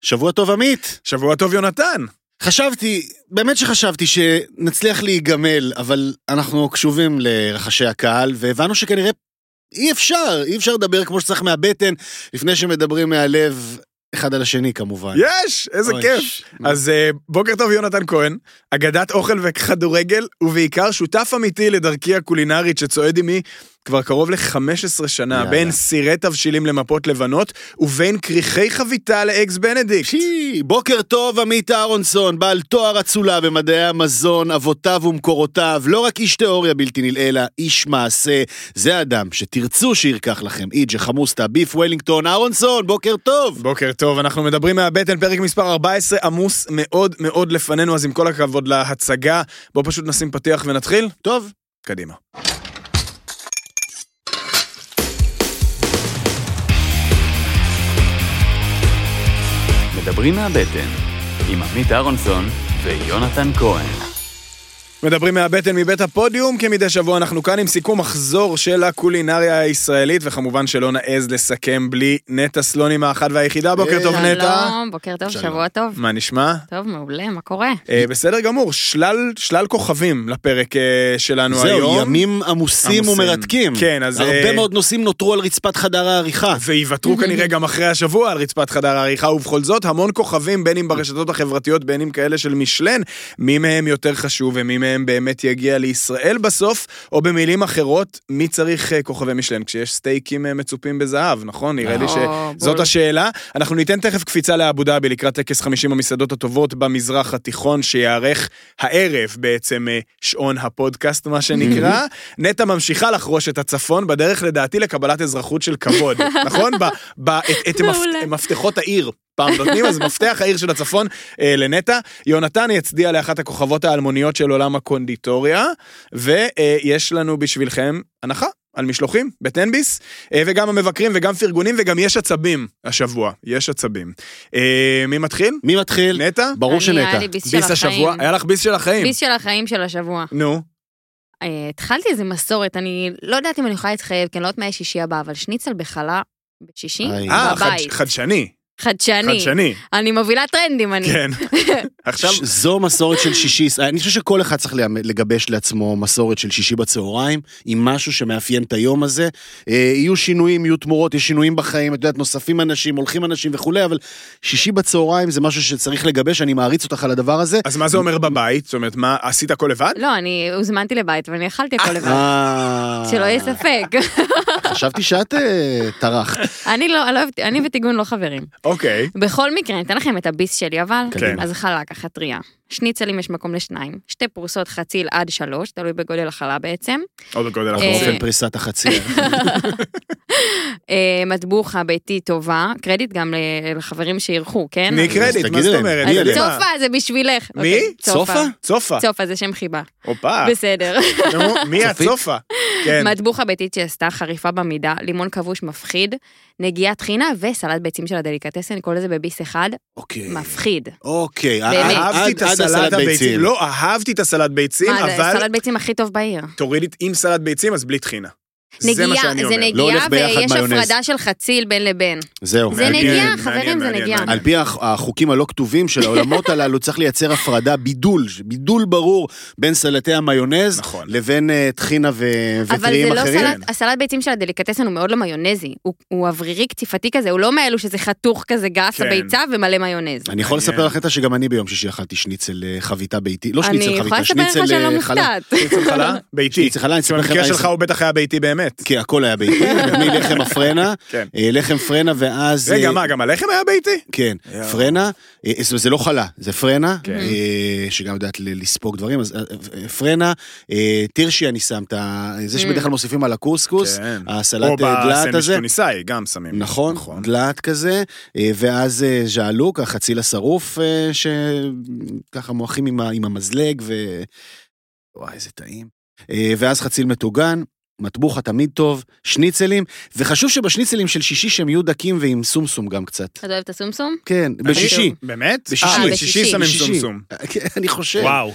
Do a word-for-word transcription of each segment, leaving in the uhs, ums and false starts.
שבוע טוב עמית. שבוע טוב יונתן. חשבתי, באמת שחשבתי שנצליח להיגמל, אבל אנחנו קשובים לרחשי הקהל, והבנו שכנראה אי אפשר, אי אפשר לדבר כמו שצריך מהבטן, לפני שמדברים מהלב אחד על השני כמובן. יש, איזה כיף. אז בוקר טוב יונתן כהן, אגדת אוכל וכדורגל, ובעיקר שותף אמיתי לדרכי הקולינרית שצועד עמי כבר קרוב ל-חמש עשרה שנה, יאללה. בין סירי תבשילים למפות לבנות, ובין כריכי חביתה לאקס בנדיקט. שי, בוקר טוב עמית אהרונסון, בעל תואר אצולה במדעי המזון, אבותיו ומקורותיו, לא רק איש תיאוריה בלתי נלאה, אלא איש מעשה. זה אדם שתרצו שירקח לכם, איג'ה חמוסטה, ביף וולינגטון, אהרונסון, בוקר טוב. בוקר טוב, אנחנו מדברים מהבטן, פרק מספר ארבע עשרה, עמוס מאוד מאוד לפנינו, אז עם כל הכבוד להצגה, בוא פשוט נשים פתיח ונתחיל. טוב. קדימה. מדברים מהבטן, עם עמית אהרונסון ויונתן כהן. מדברים מהבטן מבית הפודיום, כמדי שבוע אנחנו כאן עם סיכום מחזור של הקולינריה הישראלית, וכמובן שלא נעז לסכם בלי נטע סלוני מהאחת והיחידה. בוקר טוב נטע. שלום, בוקר טוב, שבוע טוב. מה נשמע? טוב, מעולה, מה קורה? בסדר גמור, שלל, שלל כוכבים לפרק שלנו היום. זהו, ימים עמוסים ומרתקים. כן, אז... הרבה מאוד נושאים נותרו על רצפת חדר העריכה. ויוותרו כנראה גם אחרי השבוע על רצפת חדר העריכה, ובכל זאת המון כוכבים, בין אם ברשתות החברתיות, בין אם כאלה של משלן, מי מהם יותר חשוב ומי מהם באמת יגיע לישראל בסוף, או במילים אחרות, מי צריך כוכבי משלן? כשיש סטייקים מצופים בזהב, נכון? נראה לי שזאת השאלה. אנחנו ניתן תכף קפיצה לאבו דאבי לקראת טקס חמישים המסעדות הטובות במזרח התיכון, שיערך הערב בעצם שעון הפודקאסט, מה שנקרא. נטע ממשיכה לחרוש את הצפון, בדרך לדעתי לקבלת אזרחות של כבוד, נכון? את מפתחות העיר. פעם נותנים, אז מפתח העיר של הצפון אה, לנטע. יונתן יצדיע לאחת הכוכבות האלמוניות של עולם הקונדיטוריה, ויש לנו בשבילכם הנחה על משלוחים בטנביס, אה, וגם המבקרים וגם פרגונים, וגם יש עצבים השבוע, יש עצבים. אה, מי מתחיל? מי מתחיל? נטע? ברור שנטע. היה לי ביס של החיים. השבוע, היה לך ביס של החיים. ביס של החיים של השבוע. נו. התחלתי איזה מסורת, אני לא יודעת אם אני יכולה להתחייב, כי אני לא יודעת מה יש שישי הבא, אבל שניצל בחלה בשישי, בבית. חדשני. חדשני. חדשני. אני מובילה טרנדים, אני. כן. עכשיו... זו מסורת של שישי, אני חושב שכל אחד צריך לגבש לעצמו מסורת של שישי בצהריים, עם משהו שמאפיין את היום הזה. יהיו שינויים, יהיו תמורות, יש שינויים בחיים, את יודעת, נוספים אנשים, הולכים אנשים וכולי, אבל שישי בצהריים זה משהו שצריך לגבש, אני מעריץ אותך על הדבר הזה. אז מה זה אומר בבית? זאת אומרת, מה, עשית הכל לבד? לא, אני הוזמנתי לבית, ואני אכלתי הכל לבד. שלא יהיה ספק. חשבתי שאת טרחת. אני לא, אני ותיגון לא חברים. אוקיי. בכל מקרה, אני אתן לכם את הביס שלי, אבל כן. אז חלה ככה טריה. שניצלים יש מקום לשניים, שתי פרוסות חציל עד שלוש, תלוי בגודל החלה בעצם. או בגודל החלה. באופן פריסת החציל. מטבוחה ביתי טובה, קרדיט גם לחברים שירחו, כן? מי קרדיט? מה זאת אומרת? צופה, זה בשבילך. מי? צופה? צופה. צופה, זה שם חיבה. אופה. בסדר. מי הצופה? כן. מטבוחה ביתית שעשתה חריפה במידה, לימון כבוש מפחיד, נגיעת חינה וסלט ביצים של הדליקטסן, כל זה בביס אחד, מפחיד. אוקיי, אהבתי את הסלט הביצים. לא, אהבתי את הסלט ביצים, אבל... מה, זה סלט ביצים הכי טוב בעיר. תורידי עם סלט ביצים, אז בלי תחינה. נגיעה, זה נגיעה ויש הפרדה של חציל בין לבין. זהו. זה נגיעה, חברים, זה נגיעה. על פי החוקים הלא כתובים של העולמות הללו, צריך לייצר הפרדה, בידול, בידול ברור בין סלטי המיונז, לבין תחינה וטריים אחרים. אבל זה לא הסלט ביצים של הדליקטסן, הוא מאוד לא מיונזי, הוא אוורירי קציפתי כזה, הוא לא מאלו שזה חתוך כזה גס הביצה ומלא מיונז. אני יכול לספר לך שגם אני ביום שישי אכלתי שניצל חביתה ביתי, לא שניצל חביתה, שניצל חלה. שניצל חלה? ביתי. במקרה שלך הוא בטח היה ביתי באמת. כי הכל היה ביתי, מלחם הפרנה, לחם פרנה ואז... רגע, מה, גם הלחם היה ביתי? כן, פרנה, זה לא חלה, זה פרנה, שגם יודעת לספוג דברים, אז פרנה, תירשי אני שם, זה שבדרך כלל מוסיפים על הקוסקוס, הסלט דלעת הזה. או בסמיש גם שמים. נכון, דלעת כזה, ואז ז'עלוק, החציל השרוף, שככה מואחים עם המזלג, וואי, איזה טעים. ואז חציל מטוגן, מטבוחה תמיד טוב, שניצלים, וחשוב שבשניצלים של שישי שהם יהיו דקים ועם סומסום גם קצת. אתה אוהב את הסומסום? כן, בשישי. באמת? בשישי. בשישי שמים סומסום. אני חושב. וואו.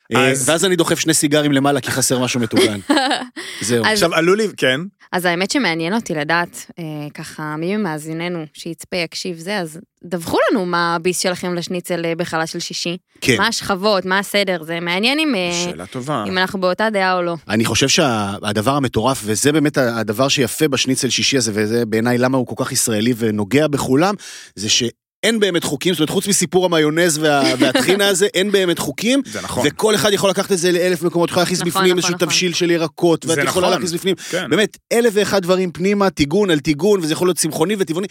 ואז אני דוחף שני סיגרים למעלה, כי חסר משהו מטוגן. זהו. עכשיו, עלו לי, כן. אז האמת שמעניין אותי לדעת, ככה, מי ממאזיננו שיצפה יקשיב זה, אז דווחו לנו מה הביס שלכם לשניצל בחלה של שישי. כן. מה השכבות, מה הסדר, זה מעניין אם, שאלה טובה. אם אנחנו באותה דעה או לא. אני חושב שהדבר המטורף, וזה באמת הדבר שיפה בשניצל שישי הזה, וזה בעיניי למה הוא כל כך ישראלי ונוגע בכולם, זה ש... אין באמת חוקים, זאת אומרת, חוץ מסיפור המיונז וה, והטחינה הזה, אין באמת חוקים. זה נכון. וכל אחד יכול לקחת את זה לאלף מקומות, יכול להכניס נכון, בפנים נכון, איזשהו נכון. תבשיל של ירקות, ואת יכולה נכון. להכניס בפנים. כן. באמת, אלף ואחד דברים פנימה, טיגון על טיגון, וזה יכול להיות צמחוני וטבעוני.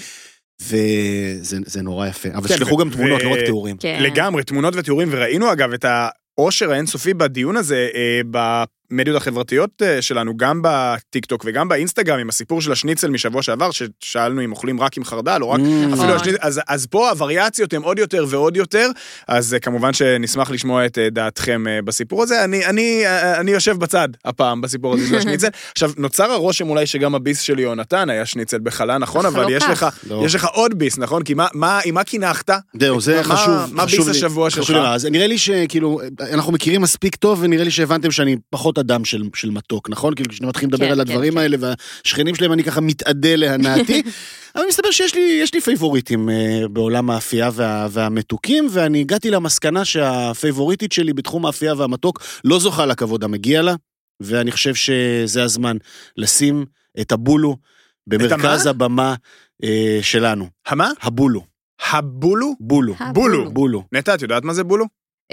וזה זה נורא יפה. אבל כן, שלחו ו- גם תמונות, ו- לא רק תיאורים. כן. לגמרי, תמונות ותיאורים, וראינו אגב את העושר האינסופי בדיון הזה, אה, במדיות החברתיות אה, שלנו, גם בטיקטוק וגם באינסטגרם, עם הסיפור של השניצל משבוע שעבר, ששאלנו אם אוכלים רק עם חרדל, או רק Mm. אפילו השניצל, אז, אז פה הווריאציות הן עוד יותר ועוד יותר, אז אה, כמובן שנשמח לשמוע את אה, דעתכם אה, בסיפור הזה, אני, אני, אה, אני יושב בצד הפעם בסיפור הזה של השניצל, עכשיו נוצר הרושם אולי שגם הביס של יונתן היה שניצל בחלה, נכון, אבל יש לך, לא. יש לך עוד ביס, נכון? כי מה, מה, עם מה קינחת? זהו, זה מה- חשוב. מה חשוב ביס לי- השבוע חשוב שלך? לי. אז נראה לי שכאילו, אנחנו מכירים מספיק טוב, ונראה לי שהבנתם שאני פחות אדם של, של מתוק, נכון? כאילו, כשאני מתחיל לדבר כן, על כן, הדברים כן. האלה, והשכנים שלהם אני ככה מתעדה להנאתי, אבל מסתבר שיש לי, יש לי פייבוריטים uh, בעולם האפייה וה, והמתוקים, ואני הגעתי למסקנה שהפייבוריטית שלי בתחום האפייה והמתוק לא זוכה לכבוד המגיע לה, ואני חושב שזה הזמן לשים את הבולו במרכז המה? הבמה uh, שלנו. המה? הבולו. הבולו? בולו. בולו. בולו. נטע, את יודעת מה זה בולו?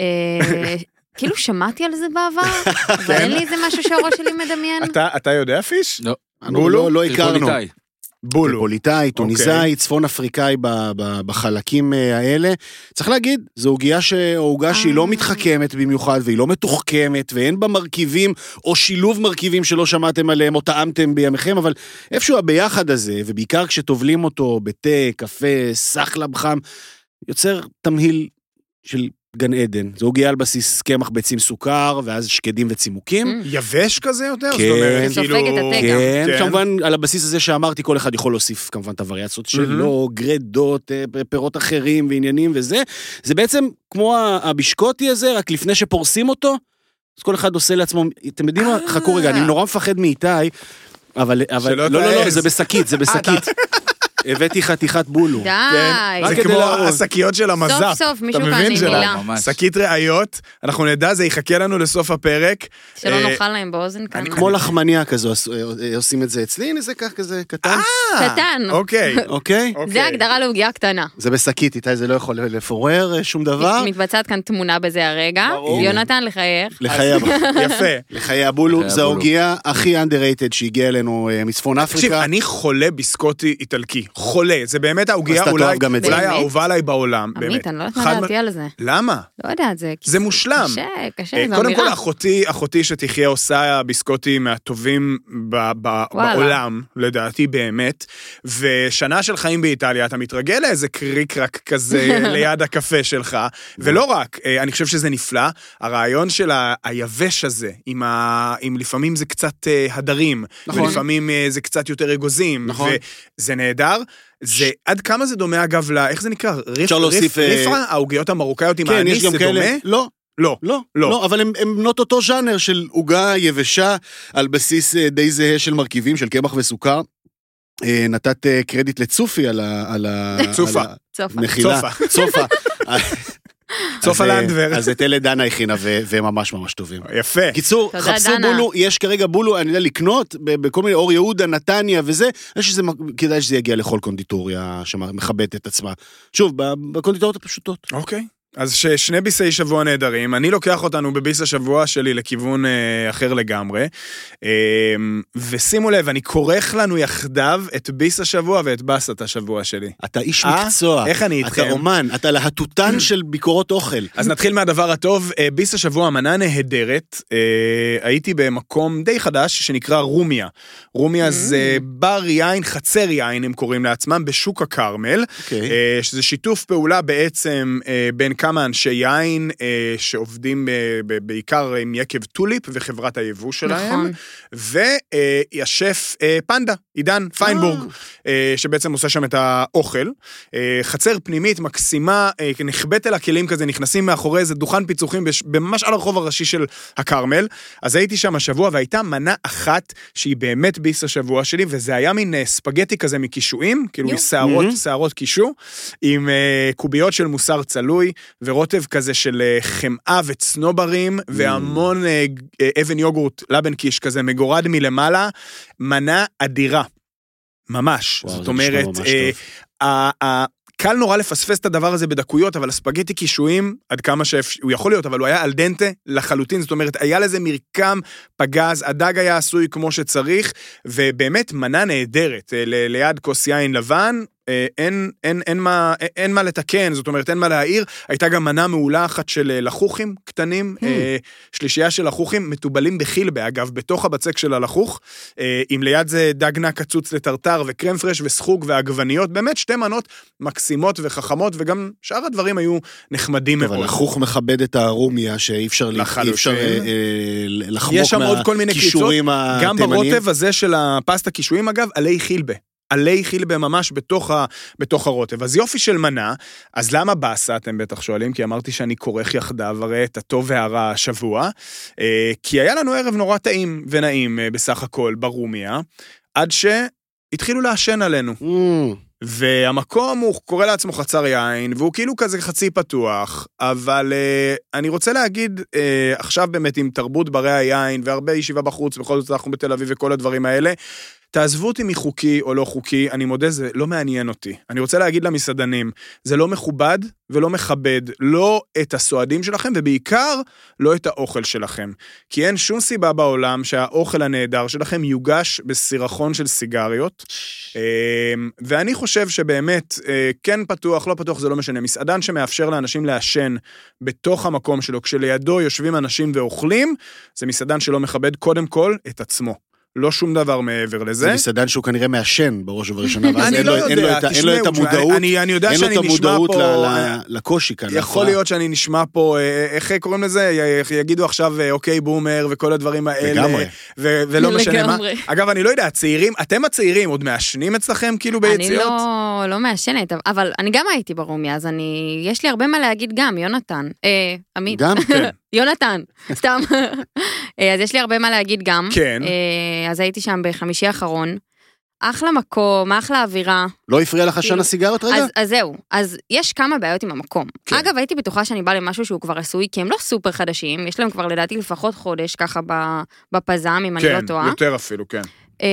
אה, כאילו שמעתי על זה בעבר, אבל אין לי איזה משהו שהראש שלי מדמיין. אתה, אתה יודע פיש? לא. בולו? לא, לא הכרנו. טריפוליטאי. בולו. טריפוליטאי, טוניסאי, צפון אפריקאי ב- ב- בחלקים אה, האלה. צריך להגיד, זו עוגיה ש- או עוגה שהיא לא מתחכמת במיוחד, והיא לא מתוחכמת, ואין בה מרכיבים, או שילוב מרכיבים שלא שמעתם עליהם, או טעמתם בימיכם, אבל איפשהו הביחד הזה, ובעיקר כשטובלים אותו בתה, קפה, סחלב חם, יוצר תמהיל של גן עדן. זו עוגיה על בסיס קמח ביצים סוכר, ואז שקדים וצימוקים. יבש כזה יותר? כן. זאת אומרת, סופג כאילו... את התה. כן, כן. כמובן על הבסיס הזה שאמרתי, כל אחד יכול להוסיף כמובן את הווריאציות שלו, גרדות, אה, פירות אחרים ועניינים וזה. זה בעצם כמו הבישקוטי הזה, רק לפני שפורסים אותו, אז כל אחד עושה לעצמו, אתם יודעים מה? חכו רגע, אני נורא מפחד מאיתי, אבל, אבל, שלא לא, לא, לא, תעז. זה בשקית, זה בשקית. הבאתי חתיכת בולו. די. כן, רק זה כדי כמו להראות. השקיות של המז"פ. סוף סוף מישהו אתה כאן מבין עם שלא? מילה. ממש. שקית ראיות, אנחנו נדע, זה יחכה לנו לסוף הפרק. שלא אה, נאכל להם באוזן כאן. כמו לחמניה כזו, עש- עושים את זה אצלי, הנה זה כך כזה קטן, קטן. אוקיי. אוקיי? אוקיי. זה הגדרה לעוגיה קטנה. זה בשקית, איתי זה לא יכול לפורר אה, שום דבר. מתבצעת כאן תמונה בזה הרגע. ברור. יונתן לחייך. לחיי הבולו. יפה. לחיי הבולו, לחיי זה הבולו. העוגיה הכי underrated שהגיעה אלינו אה, מצפון תקשיב, אפריקה. אני חולה ביסקוטי איטלקי. חולה. זה באמת העוגיה אז אתה אולי תאהב גם את זה. אולי באמת? האהובה עליי בעולם. באמת. עמית, אני לא יודעת חד מה מ- דעתי על זה. למה? לא יודעת, זה... זה מושלם. קשה, קשה, אה, זו קודם כל, אמירה. אחותי, אחותי שתחיה עושה ביסקוטי מהטובים ב- ב- וואלה. בעולם, לדעתי באמת, ושנה של חיים באיטליה, אתה מתרגל לאיזה קריקרק כזה ליד הקפה שלך, ולא רק, אה, אני חושב שזה נפלא, הרעיון של ה- היבש הזה, עם, ה- עם לפעמים זה קצת אה, הדרים, נכון. ולפעמים אה, זה קצת יותר אגוזים, נכון. וזה נהדר. זה, עד כמה זה דומה אגב, ל- איך זה נקרא? ריף, אפשר להוסיף, ריף, אה, ריפרה? העוגיות המרוקאיות עם כן, האניס, יש גם זה כאלה. דומה? לא. לא. לא, לא. לא, אבל הם, הם בנות אותו ז'אנר של עוגה יבשה על בסיס אה, די זהה של מרכיבים של קמח וסוכר. אה, נתת אה, קרדיט לצופי על ה... על ה- צופה. על צופה. המחילה. צופה. צופה. צופה אז, אה, לנדבר. אז את אלה דנה הכינה, ו- והם ממש ממש טובים. יפה. קיצור, תודה, חפשו דנה. בולו, יש כרגע בולו, אני יודע, לקנות ב- בכל מיני אור יהודה, נתניה וזה, אני חושב שזה, כדאי שזה יגיע לכל קונדיטוריה שמכבדת את עצמה. שוב, ב- בקונדיטוריות הפשוטות. אוקיי. אז ששני ביסי שבוע נהדרים, אני לוקח אותנו בביס השבוע שלי לכיוון אה, אחר לגמרי, אה, ושימו לב, אני כורך לנו יחדיו את ביס השבוע ואת בסת השבוע שלי. אתה איש אה? מקצוע. איך אני איתכם? אתה אומן, אתה להטוטן של ביקורות אוכל. אז נתחיל מהדבר הטוב, אה, ביס השבוע, מנה נהדרת, אה, הייתי במקום די חדש שנקרא רומיה. רומיה זה בר יין, חצר יין, הם קוראים לעצמם, בשוק הכרמל, אוקיי. אה, שזה שיתוף פעולה בעצם אה, בין כמה אנשי יין שעובדים בעיקר עם יקב טוליפ וחברת היבוא שלהם, וישף פנדה, עידן פיינבורג, שבעצם עושה שם את האוכל, חצר פנימית מקסימה, נחבט אל הכלים כזה, נכנסים מאחורי איזה דוכן פיצוחים, ממש על הרחוב הראשי של הקרמל, אז הייתי שם השבוע, והייתה מנה אחת, שהיא באמת ביס השבוע שלי, וזה היה מין ספגטי כזה מקישואים, כאילו שערות, שערות קישו, עם קוביות של מוסר צלוי, ורוטב כזה של חמאה וצנוברים, והמון אבן יוגורט, לבן קיש כזה, מגורד מלמעלה, מנה אדירה. ממש. זאת אומרת, קל נורא לפספס את הדבר הזה בדקויות, אבל הספגטי קישואים, עד כמה שהוא יכול להיות, אבל הוא היה על דנטה לחלוטין, זאת אומרת, היה לזה מרקם פגז, הדג היה עשוי כמו שצריך, ובאמת מנה נהדרת, ליד כוס יין לבן, אין, אין, אין מה, אין מה לתקן, זאת אומרת, אין מה להעיר, הייתה גם מנה מעולה אחת של לחוכים קטנים, hmm. שלישייה של לחוכים, מטובלים בחילבה, אגב, בתוך הבצק של הלחוך, עם ליד זה דג נע קצוץ לטרטר, וקרם פרש וסחוג ועגבניות, באמת שתי מנות מקסימות וחכמות, וגם שאר הדברים היו נחמדים מאוד. אבל לחוך מכבד את הרומיה, שאי אפשר לחמוק מהקישורים התימניים. גם ברוטב הזה של הפסטה קישואים, אגב, עלי חילבה. עלי חילבה ממש בתוך, ה, בתוך הרוטב. אז יופי של מנה, אז למה בסה, אתם בטח שואלים, כי אמרתי שאני כורך יחדיו, הרי את הטוב והרע השבוע, כי היה לנו ערב נורא טעים ונעים בסך הכל ברומיה, עד שהתחילו לעשן עלינו. Mm. והמקום הוא קורא לעצמו חצר יין, והוא כאילו כזה חצי פתוח, אבל uh, אני רוצה להגיד, uh, עכשיו באמת עם תרבות ברי היין, והרבה ישיבה בחוץ, בכל זאת אנחנו בתל אביב וכל הדברים האלה, תעזבו אותי מחוקי או לא חוקי, אני מודה, זה לא מעניין אותי. אני רוצה להגיד למסעדנים, זה לא מכובד ולא מכבד, לא את הסועדים שלכם, ובעיקר לא את האוכל שלכם. כי אין שום סיבה בעולם שהאוכל הנהדר שלכם יוגש בסירחון של סיגריות, ואני חושב שבאמת, כן פתוח, לא פתוח, זה לא משנה. מסעדן שמאפשר לאנשים לעשן בתוך המקום שלו, כשלידו יושבים אנשים ואוכלים, זה מסעדן שלא מכבד קודם כל את עצמו. לא שום דבר מעבר לזה. זה מסעדן שהוא כנראה מעשן בראש ובראשונה, ואז אין לו את המודעות, אין לו את המודעות לקושי כאן. יכול להיות שאני נשמע פה, איך קוראים לזה? יגידו עכשיו, אוקיי, בומר, וכל הדברים האלה. לגמרי. ולא משנה מה. אגב, אני לא יודע, הצעירים, אתם הצעירים, עוד מעשנים אצלכם כאילו ביציאות? אני לא מעשנת, אבל אני גם הייתי ברומיה, אז יש לי הרבה מה להגיד גם, יונתן. עמית. גם, כן. יונתן, סתם. אז יש לי הרבה מה להגיד גם. כן. אז הייתי שם בחמישי האחרון. אחלה מקום, אחלה אווירה. לא הפריע לך עשן הסיגרות רגע? אז, אז זהו. אז יש כמה בעיות עם המקום. כן. אגב, הייתי בטוחה שאני באה למשהו שהוא כבר עשוי, כי הם לא סופר חדשים. יש להם כבר לדעתי לפחות חודש ככה בפזם, אם כן, אני לא טועה. כן, יותר אפילו, כן.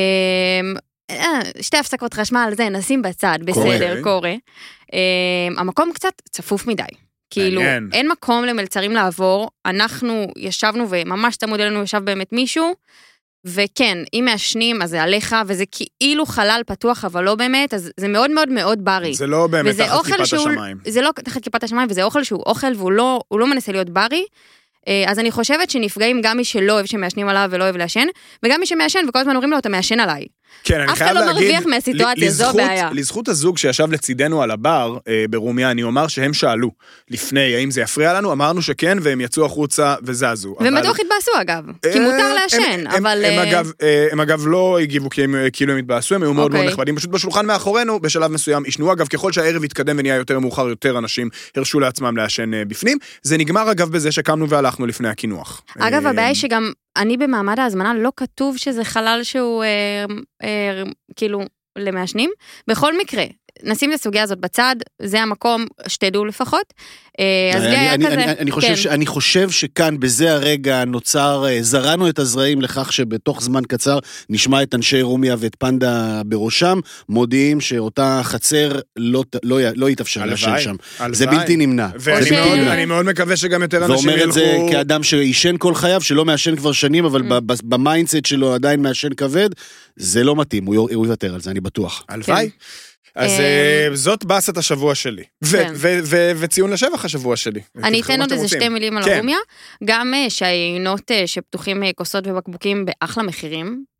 שתי הפסקות חשמל, זה נשים בצד, בסדר, קורה. המקום קצת צפוף מדי. כאילו, אין מקום למלצרים לעבור, אנחנו ישבנו וממש תמוד אלינו ישב באמת מישהו, וכן, אם מעשנים, אז זה עליך, וזה כאילו חלל פתוח, אבל לא באמת, אז זה מאוד מאוד מאוד ברי. זה לא באמת תחת כיפת השמיים. זה לא תחת כיפת השמיים, וזה אוכל שהוא אוכל, והוא לא, הוא לא מנסה להיות ברי, אז אני חושבת שנפגעים גם מי שלא אוהב שמעשנים עליו ולא אוהב לעשן, וגם מי שמעשן, וכל הזמן אומרים לו, אתה מעשן עליי. כן, אני חייב להגיד, אף אחד לא מרוויח מהסיטואציה, זו בעיה. לזכות הזוג שישב לצידנו על הבר ברומיה, אני אומר שהם שאלו לפני, האם זה יפריע לנו, אמרנו שכן, והם יצאו החוצה וזזו. ומתוך התבאסו אגב, כי מותר לעשן, אבל... הם אגב לא הגיבו כאילו הם התבאסו, הם היו מאוד מאוד נכבדים, פשוט בשולחן מאחורינו, בשלב מסוים ישנו, אגב, ככל שהערב התקדם ונהיה יותר מאוחר, יותר אנשים הרשו לעצמם לעשן בפנים. זה נגמר אגב בזה שקמנו והלכנו לפני הכינוח. אגב, הבעיה היא שגם אני במעמד ההזמנה לא כתוב שזה חלל שהוא אה, אה, כאילו למעשנים. בכל מקרה, נשים את הסוגיה הזאת בצד, זה המקום, שתדעו לפחות. אז לי היה כזה... אני חושב, ש, אני חושב שכאן, בזה הרגע נוצר, זרענו את הזרעים לכך שבתוך זמן קצר נשמע את אנשי רומיה ואת פנדה בראשם, מודיעים שאותה חצר לא, לא, לא יתאפשר לשם שם. זה בלתי נמנע. ואני מאוד מקווה שגם יותר אנשים ילכו... ואומר את זה כאדם שישן כל חייו, שלא מעשן כבר שנים, אבל במיינדסט שלו עדיין מעשן כבד, זה לא מתאים, הוא יוותר על זה, אני בטוח. הלוואי. אז זאת באסת השבוע שלי, וציון לשבח השבוע שלי. אני אתן עוד איזה שתי מילים על הרומיה, גם שהיינות שפתוחים כוסות ובקבוקים באחלה מחירים,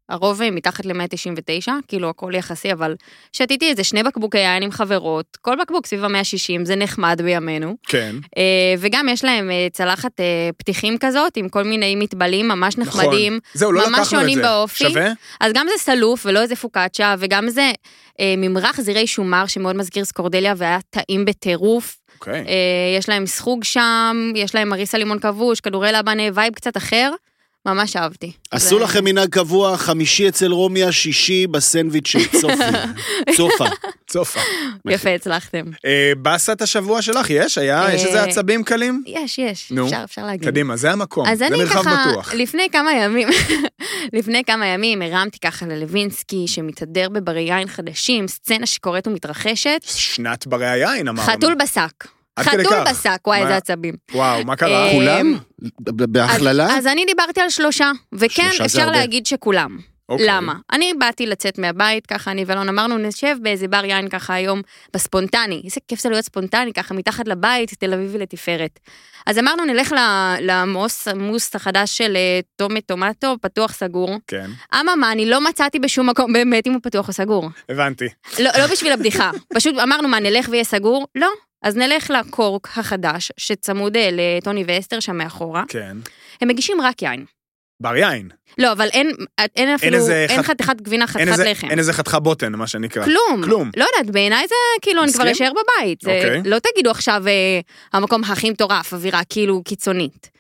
הרוב מתחת ל-מאה תשעים ותשע, כאילו הכל יחסי, אבל שתיתי איזה שני בקבוקי יין עם חברות, כל בקבוק סביב ה-מאה ושישים, זה נחמד בימינו. כן. וגם יש להם צלחת פתיחים כזאת, עם כל מיני מטבלים ממש נחמדים, זהו, לא ממש שונים באופי. שווה? אז גם זה סלוף ולא איזה פוקאצ'ה, וגם זה ממרח זירי שומר שמאוד מזכיר סקורדליה, והיה טעים בטירוף. אוקיי. יש להם סחוג שם, יש להם מריסה לימון כבוש, כדורי לבנה, וייב קצת אחר. ממש אהבתי. עשו לכם מנהג קבוע, חמישי אצל רומיה, שישי בסנדוויץ' של צופי. צופה. צופה. יפה, הצלחתם. בסת השבוע שלך, יש? היה? יש איזה עצבים קלים? יש, יש. אפשר, אפשר להגיד. קדימה, זה המקום. זה מרחב בטוח. לפני כמה ימים, לפני כמה ימים הרמתי ככה ללווינסקי, שמתהדר בברי יין חדשים, סצנה שקורית ומתרחשת. שנת ברי היין, אמרנו. חתול בשק. חתול בשק, וואי, איזה עצבים. וואו, מה קרה? כולם? בהכללה? אז אני דיברתי על שלושה, וכן, אפשר להגיד שכולם. למה? אני באתי לצאת מהבית, ככה אני ולון אמרנו, נשב באיזה בר יין ככה היום, בספונטני. איזה כיף זה להיות ספונטני, ככה מתחת לבית, תל אביב לתפארת. אז אמרנו, נלך למוס, המוס החדש של טומט טומטו, פתוח סגור. כן. אממה, אני לא מצאתי בשום מקום באמת אם הוא פתוח או סגור. הבנתי. לא, לא בשביל הבדיחה. פשוט אמרנו, מה, נלך ויהיה סגור? לא. אז נלך לקורק החדש, שצמוד לטוני ואסתר שם מאחורה. כן. הם מגישים רק יין. בר יין. לא, אבל אין, אין אפילו, אין, אין חת... חתיכת גבינה, חתיכת אין לחם. אין איזה חתיכה בוטן, מה שנקרא. כלום. כלום. לא יודעת, בעיניי זה כאילו, אני כבר אשאר בבית. זה, אוקיי. לא תגידו עכשיו, אה, המקום הכי מטורף, אווירה כאילו קיצונית.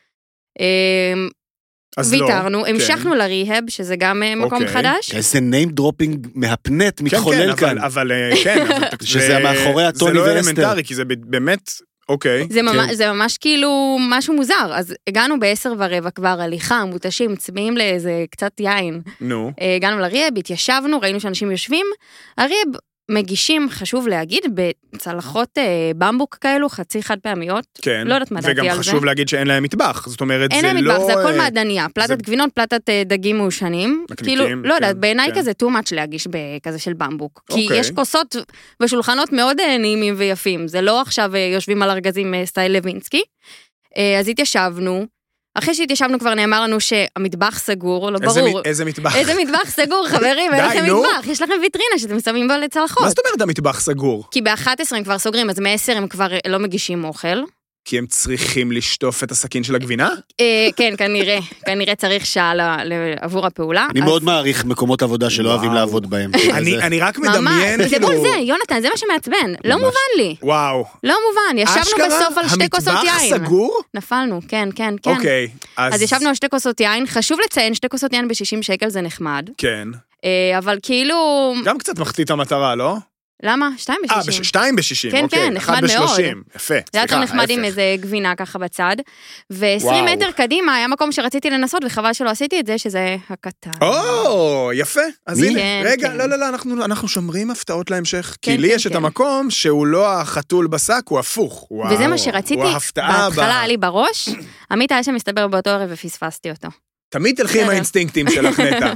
אה, ויתרנו, לא, המשכנו כן. לריהב, שזה גם מקום אוקיי. חדש. איזה name dropping מהפנט מתחולל כן, כאן. אבל, אבל כן, אבל, שזה מאחורי הטוני ואסתר. זה לא ואסתר. אלמנטרי, כי זה באמת, אוקיי. זה, ממש, זה ממש כאילו משהו מוזר, אז הגענו בעשר ורבע כבר, הליכה, מותשים, צבעים לאיזה קצת יין. נו. הגענו לריהב, התיישבנו, ראינו שאנשים יושבים, הריהב מגישים, חשוב להגיד, בצלחות במבוק כאלו, חצי חד פעמיות. כן. לא יודעת מה דעתי על זה. וגם חשוב להגיד שאין להם מטבח, זאת אומרת, זה לא... אין להם מטבח, זה הכל מעדניה, פלטת גבינות, פלטת דגים מעושנים. כאילו, לא יודעת, בעיניי כזה too much להגיש בכזה של במבוק. כי יש כוסות ושולחנות מאוד נעימים ויפים, זה לא עכשיו יושבים על ארגזים סטייל לוינסקי. אז התיישבנו, אחרי שהתיישבנו כבר נאמר לנו שהמטבח סגור, לא ברור. איזה מטבח? איזה מטבח סגור, חברים, אין לכם מטבח, יש לכם ויטרינה שאתם שמים בו לצלחות. מה זאת אומרת המטבח סגור? כי ב-אחת עשרה הם כבר סוגרים, אז מ-עשר הם כבר לא מגישים אוכל. כי הם צריכים לשטוף את הסכין של הגבינה? כן, כנראה, כנראה צריך שעה עבור הפעולה. אני מאוד מעריך מקומות עבודה שלא אוהבים לעבוד בהם. אני רק מדמיין, זה בול זה, יונתן, זה מה שמעצבן, לא מובן לי. וואו. לא מובן, ישבנו בסוף על שתי כוסות יין. המטבח סגור? נפלנו, כן, כן, כן. אוקיי. אז ישבנו על שתי כוסות יין, חשוב לציין, שתי כוסות יין ב-שישים שקל זה נחמד. כן. אבל כאילו... גם קצת מחטיא את המטרה, לא? למה? שתיים בשישים. אה, שתיים בשישים, כן, אוקיי. כן, נחמד מאוד. אחד בשלושים, יפה. זה היה יותר נחמד עם איזה גבינה ככה בצד. ו-עשרים מטר קדימה היה מקום שרציתי לנסות, וחבל שלא עשיתי את זה, שזה הקטן. או, יפה. אז הנה, כן, רגע, כן. לא, לא, לא, אנחנו, אנחנו שומרים הפתעות להמשך. כן, כי לי כן, יש את כן. המקום שהוא לא החתול בשק, הוא הפוך. וואו. וזה מה שרציתי, הוא ההפתעה בהתחלה היה לי בראש, עמית היה שמסתבר באותו ערב ופספסתי אותו. תמיד תלכי עם האינסטינקטים שלך, נטע.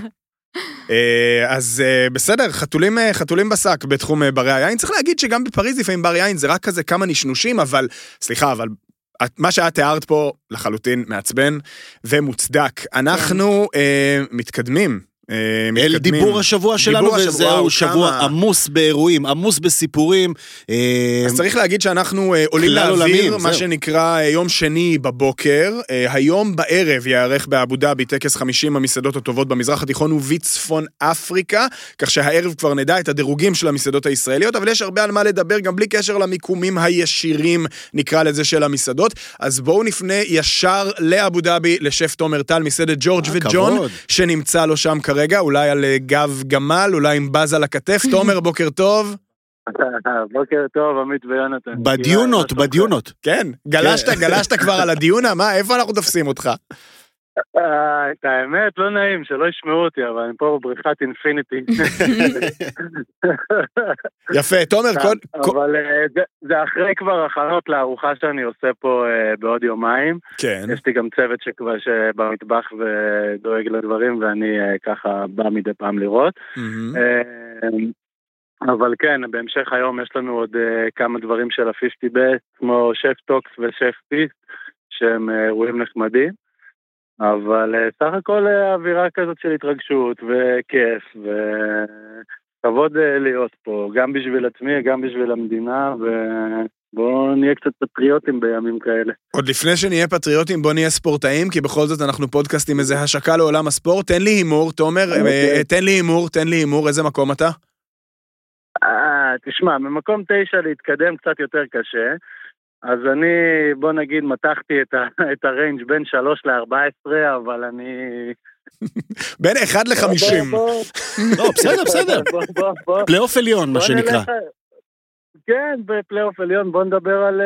אז בסדר, חתולים, חתולים בשק בתחום ברי היין. צריך להגיד שגם בפריז לפעמים ברי יין זה רק כזה כמה נשנושים, אבל, סליחה, אבל מה שאת תיארת פה לחלוטין מעצבן ומוצדק. אנחנו מתקדמים. אל דיבור השבוע שלנו, וזהו שבוע עמוס באירועים, עמוס בסיפורים. אז צריך להגיד שאנחנו עולים לאוויר, מה שנקרא יום שני בבוקר, היום בערב יערך באבו דאבי טקס חמישים המסעדות הטובות במזרח התיכון ובצפון אפריקה, כך שהערב כבר נדע את הדירוגים של המסעדות הישראליות, אבל יש הרבה על מה לדבר, גם בלי קשר למיקומים הישירים, נקרא לזה, של המסעדות. אז בואו נפנה ישר לאבו דאבי, לשף תומר טל, מסעדת ג'ורג' וג'ון, שנמצא לו שם רגע, אולי על גב גמל, אולי עם בז על הכתף. תומר, בוקר טוב. בוקר טוב, עמית ויונתן. בדיונות, בדיונות. כן, גלשת, גלשת כבר על הדיונה, מה, איפה אנחנו תופסים אותך? את האמת, לא נעים, שלא ישמעו אותי, אבל אני פה בבריכת אינפיניטי. יפה, תומר, אבל זה אחרי כבר הכנות לארוחה שאני עושה פה בעוד יומיים. כן. יש לי גם צוות שכבר שבמטבח ודואג לדברים, ואני ככה בא מדי פעם לראות. אבל כן, בהמשך היום יש לנו עוד כמה דברים של ה-חמישים בית, כמו שף טוקס ושף פיסט, שהם אירועים נחמדים. אבל סך הכל אווירה כזאת של התרגשות וכיף, וכבוד להיות פה, גם בשביל עצמי, גם בשביל המדינה, ובואו נהיה קצת פטריוטים בימים כאלה. עוד לפני שנהיה פטריוטים, בואו נהיה ספורטאים, כי בכל זאת אנחנו פודקאסט עם איזה השקה לעולם הספורט. תן לי הימור, תומר, תן לי הימור, תן לי הימור, איזה מקום אתה? אה, תשמע, ממקום תשע להתקדם קצת יותר קשה, אז אני, בוא נגיד, מתחתי את, ה, את הריינג' בין שלוש לארבע עשרה, אבל אני... בין אחד לחמישים. לא, בסדר, בסדר. פלייאוף עליון, מה שנקרא. כן, בפלייאוף עליון, בוא נדבר על...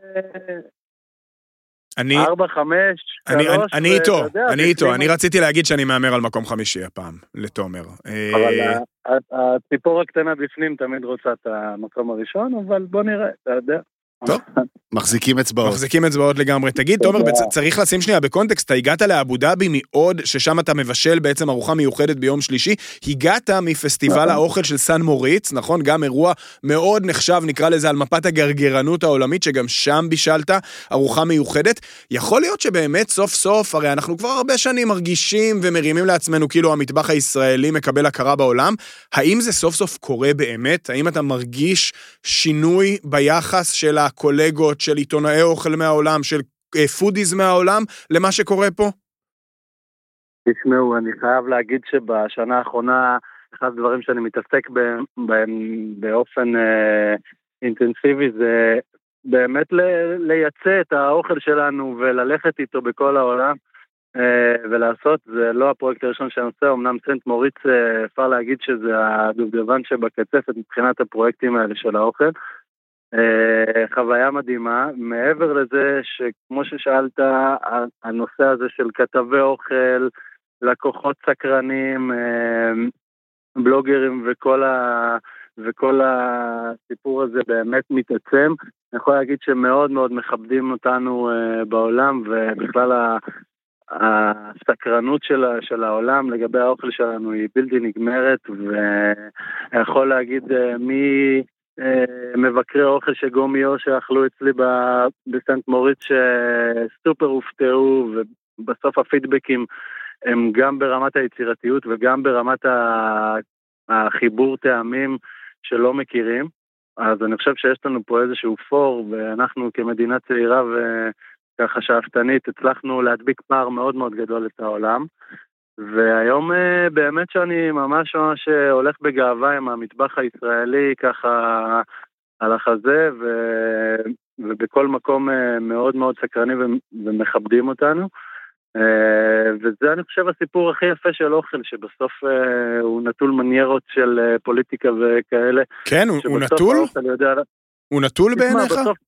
ארבע, חמש, שלוש... אני איתו, אני איתו. אני רציתי להגיד שאני מאמר על מקום חמישי הפעם, לתומר. אבל הציפור הקטנה בפנים תמיד רוצה את המקום הראשון, אבל בוא נראה, אתה יודע. טוב. מחזיקים אצבעות. מחזיקים אצבעות לגמרי. תגיד, תומר, צריך לשים שנייה בקונטקסט, אתה הגעת לאבו דאבי מעוד, ששם אתה מבשל בעצם ארוחה מיוחדת ביום שלישי, הגעת מפסטיבל האוכל של סן מוריץ, נכון? גם אירוע מאוד נחשב, נקרא לזה, על מפת הגרגרנות העולמית, שגם שם בישלת ארוחה מיוחדת. יכול להיות שבאמת סוף סוף, הרי אנחנו כבר הרבה שנים מרגישים ומרימים לעצמנו כאילו המטבח הישראלי מקבל הכרה בעולם. האם זה סוף סוף קורה באמת? האם אתה מרגיש שינוי ביחס של הקולגות, של עיתונאי אוכל מהעולם, של פודיז מהעולם, למה שקורה פה? תשמעו, אני חייב להגיד שבשנה האחרונה, אחד הדברים שאני מתעסק בהם באופן אה, אינטנסיבי, זה באמת לייצא את האוכל שלנו, וללכת איתו בכל העולם, אה, ולעשות, זה לא הפרויקט הראשון שאני עושה, אמנם סנט מוריץ, אה, אפשר להגיד שזה הדובדבן שבקצפת, מבחינת הפרויקטים האלה של האוכל, חוויה מדהימה. מעבר לזה שכמו ששאלת, הנושא הזה של כתבי אוכל, לקוחות סקרנים, בלוגרים וכל ה... וכל הסיפור הזה באמת מתעצם. אני יכול להגיד שמאוד מאוד מכבדים אותנו בעולם, ובכלל הסקרנות של, של העולם לגבי האוכל שלנו היא בלתי נגמרת, ואני יכול להגיד מי... מבקרי אוכל שגומיו שאכלו אצלי בסנט מוריץ שסופר הופתעו, ובסוף הפידבקים הם גם ברמת היצירתיות וגם ברמת החיבור טעמים שלא מכירים. אז אני חושב שיש לנו פה איזשהו פור, ואנחנו כמדינה צעירה וככה שאפתנית הצלחנו להדביק פער מאוד מאוד גדול את העולם. והיום באמת שאני ממש ממש הולך בגאווה עם המטבח הישראלי ככה על החזה, ו... ובכל מקום מאוד מאוד סקרנים ומכבדים אותנו. וזה אני חושב הסיפור הכי יפה של אוכל, שבסוף הוא נטול מניירות של פוליטיקה וכאלה. כן, הוא נטול? יודע... הוא נטול בעיניך? בסוף...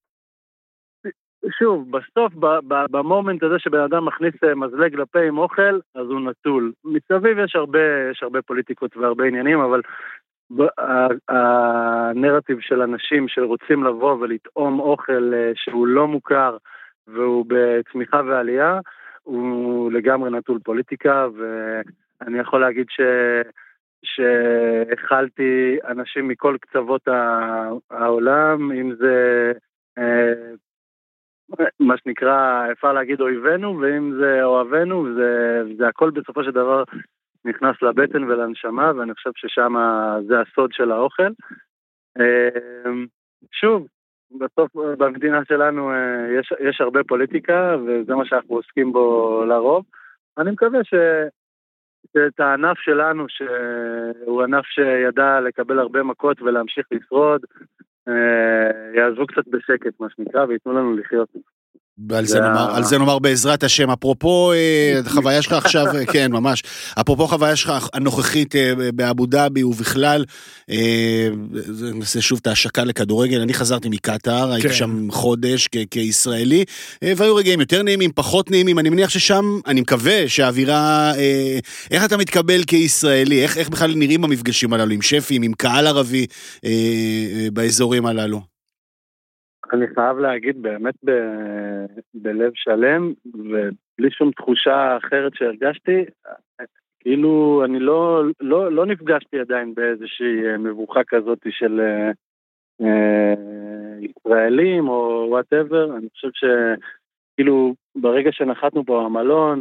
שוב, בסוף, במומנט הזה שבן אדם מכניס מזלג לפה עם אוכל, אז הוא נטול. מסביב יש הרבה, יש הרבה פוליטיקות והרבה עניינים, אבל הנרטיב של אנשים שרוצים לבוא ולטעום אוכל שהוא לא מוכר, והוא בצמיחה ועלייה, הוא לגמרי נטול פוליטיקה, ואני יכול להגיד ש... שהחלתי אנשים מכל קצוות העולם, אם זה... מה שנקרא, אפשר להגיד אויבינו, ואם זה אוהבינו, זה, זה הכל בסופו של דבר נכנס לבטן ולנשמה, ואני חושב ששם זה הסוד של האוכל. שוב, בסוף במדינה שלנו יש, יש הרבה פוליטיקה, וזה מה שאנחנו עוסקים בו לרוב. אני מקווה ש, שאת הענף שלנו, שהוא ענף שידע לקבל הרבה מכות ולהמשיך לשרוד, יעזבו קצת בשקט, מה שנקרא, ויתנו לנו לחיות. על זה נאמר, על זה נאמר בעזרת השם. אפרופו חוויה שלך עכשיו, כן, ממש. אפרופו חוויה שלך הנוכחית באבו דאבי ובכלל, נעשה שוב את ההשקה לכדורגל. אני חזרתי מקטר, הייתי שם חודש כישראלי, והיו רגעים יותר נעימים, פחות נעימים. אני מניח ששם, אני מקווה שהאווירה, איך אתה מתקבל כישראלי? איך, איך בכלל נראים המפגשים הללו עם שפים, עם קהל ערבי באזורים הללו? אני חייב להגיד באמת ב... בלב שלם, ובלי שום תחושה אחרת שהרגשתי, כאילו אני לא, לא, לא נפגשתי עדיין באיזושהי מבוכה כזאת של אה, ישראלים או whatever. אני חושב שכאילו ברגע שנחתנו פה המלון,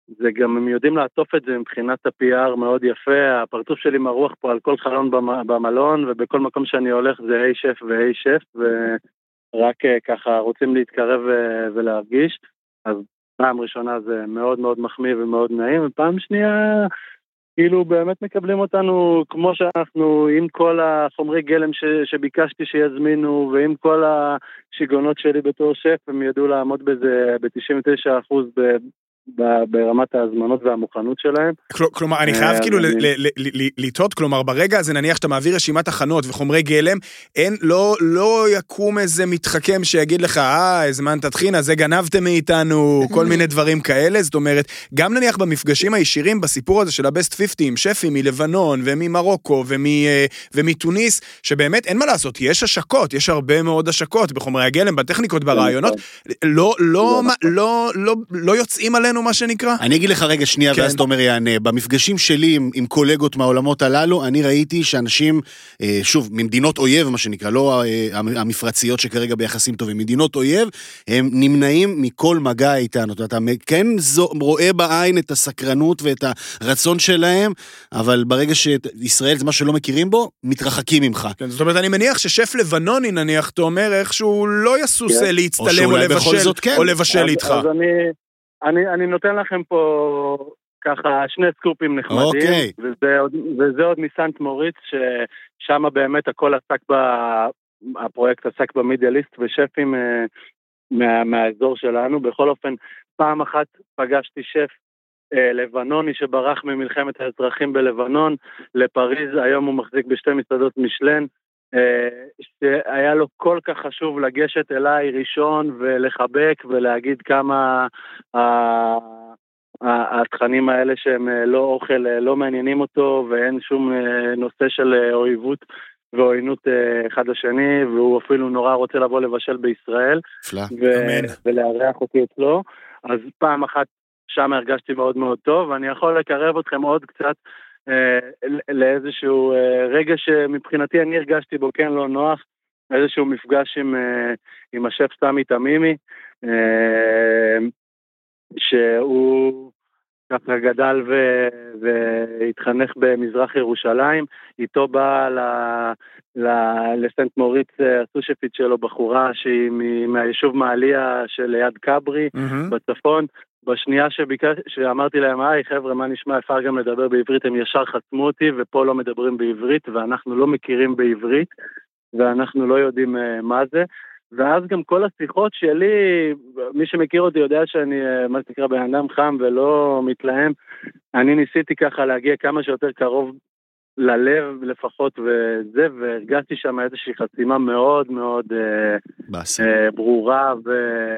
זה גם הם יודעים לעטוף את זה מבחינת ה-פי אר מאוד יפה, הפרצוף שלי מרוח פה על כל חלון במלון, ובכל מקום שאני הולך זה היי שף והי שף, ורק ככה רוצים להתקרב ולהרגיש, אז פעם ראשונה זה מאוד מאוד מחמיא ומאוד נעים, ופעם שנייה כאילו באמת מקבלים אותנו כמו שאנחנו, עם כל החומרי גלם ש, שביקשתי שיזמינו, ועם כל השיגונות שלי בתור שף, הם ידעו לעמוד בזה ב-תשעים ותשעה אחוז ב... ברמת ההזמנות והמוכנות שלהם. כלומר, אני חייב כאילו לטעות, כלומר, ברגע הזה נניח שאתה מעביר רשימת הכנות וחומרי גלם, אין, לא יקום איזה מתחכם שיגיד לך, אה, הזמנת תתחינה, זה גנבתם מאיתנו, כל מיני דברים כאלה, זאת אומרת, גם נניח במפגשים הישירים בסיפור הזה של ה-Best חמישים, עם שפים מלבנון וממרוקו ומתוניס, שבאמת אין מה לעשות, יש השקות, יש הרבה מאוד השקות בחומרי הגלם, בטכניקות, ברעיונות, לא יוצאים עלינו מה שנקרא. אני אגיד לך רגע שנייה, כן. ואז תומר יענה. במפגשים שלי עם, עם קולגות מהעולמות הללו, אני ראיתי שאנשים, אה, שוב, ממדינות אויב, מה שנקרא, לא אה, המפרציות שכרגע ביחסים טובים, מדינות אויב, הם נמנעים מכל מגע איתנו. אתה כן זו, רואה בעין את הסקרנות ואת הרצון שלהם, אבל ברגע שישראל זה מה שלא מכירים בו, מתרחקים ממך. כן, זאת אומרת, אני מניח ששף לבנוני, נניח, תומר, איכשהו לא יסוס כן. להצטלם או, או לבשל, זאת, כן. או לבשל אז, איתך. אז אני... אני, אני נותן לכם פה ככה שני סקופים נחמדים, אוקיי. וזה עוד, וזה עוד מסנט מוריץ, ששם באמת הכל עסק, ב, הפרויקט עסק במידליסט ושפים מה, מהאזור שלנו. בכל אופן, פעם אחת פגשתי שף לבנוני שברח ממלחמת האזרחים בלבנון לפריז, היום הוא מחזיק בשתי מסעדות משלן, שהיה לו כל כך חשוב לגשת אליי ראשון ולחבק ולהגיד כמה התכנים האלה שהם לא אוכל, לא מעניינים אותו, ואין שום נושא של אויבות ועוינות אחד השני, והוא אפילו נורא רוצה לבוא לבשל בישראל ולארח אותי אצלו. אז פעם אחת שם הרגשתי מאוד מאוד טוב, ואני יכול לקרב אתכם עוד קצת לאיזשהו רגע שמבחינתי אני הרגשתי בו כן לא נוח, איזשהו מפגש עם, עם השף סמי תמימי, שהוא ככה גדל ו, והתחנך במזרח ירושלים, איתו בא ל, ל, לסנט מוריץ הסושפית שלו בחורה שהיא מהיישוב מעליה של ליד קברי mm-hmm. בצפון. בשנייה שביקש, שאמרתי להם, היי חבר'ה, מה נשמע, אפשר גם לדבר בעברית, הם ישר חסמו אותי, ופה לא מדברים בעברית, ואנחנו לא מכירים בעברית, ואנחנו לא יודעים uh, מה זה, ואז גם כל השיחות שלי, מי שמכיר אותי יודע שאני, uh, מה שנקרא, בן אדם חם ולא מתלהם, אני ניסיתי ככה להגיע כמה שיותר קרוב ללב לפחות וזה, והרגשתי שם איזושהי חסימה מאוד מאוד uh, uh, ברורה ו...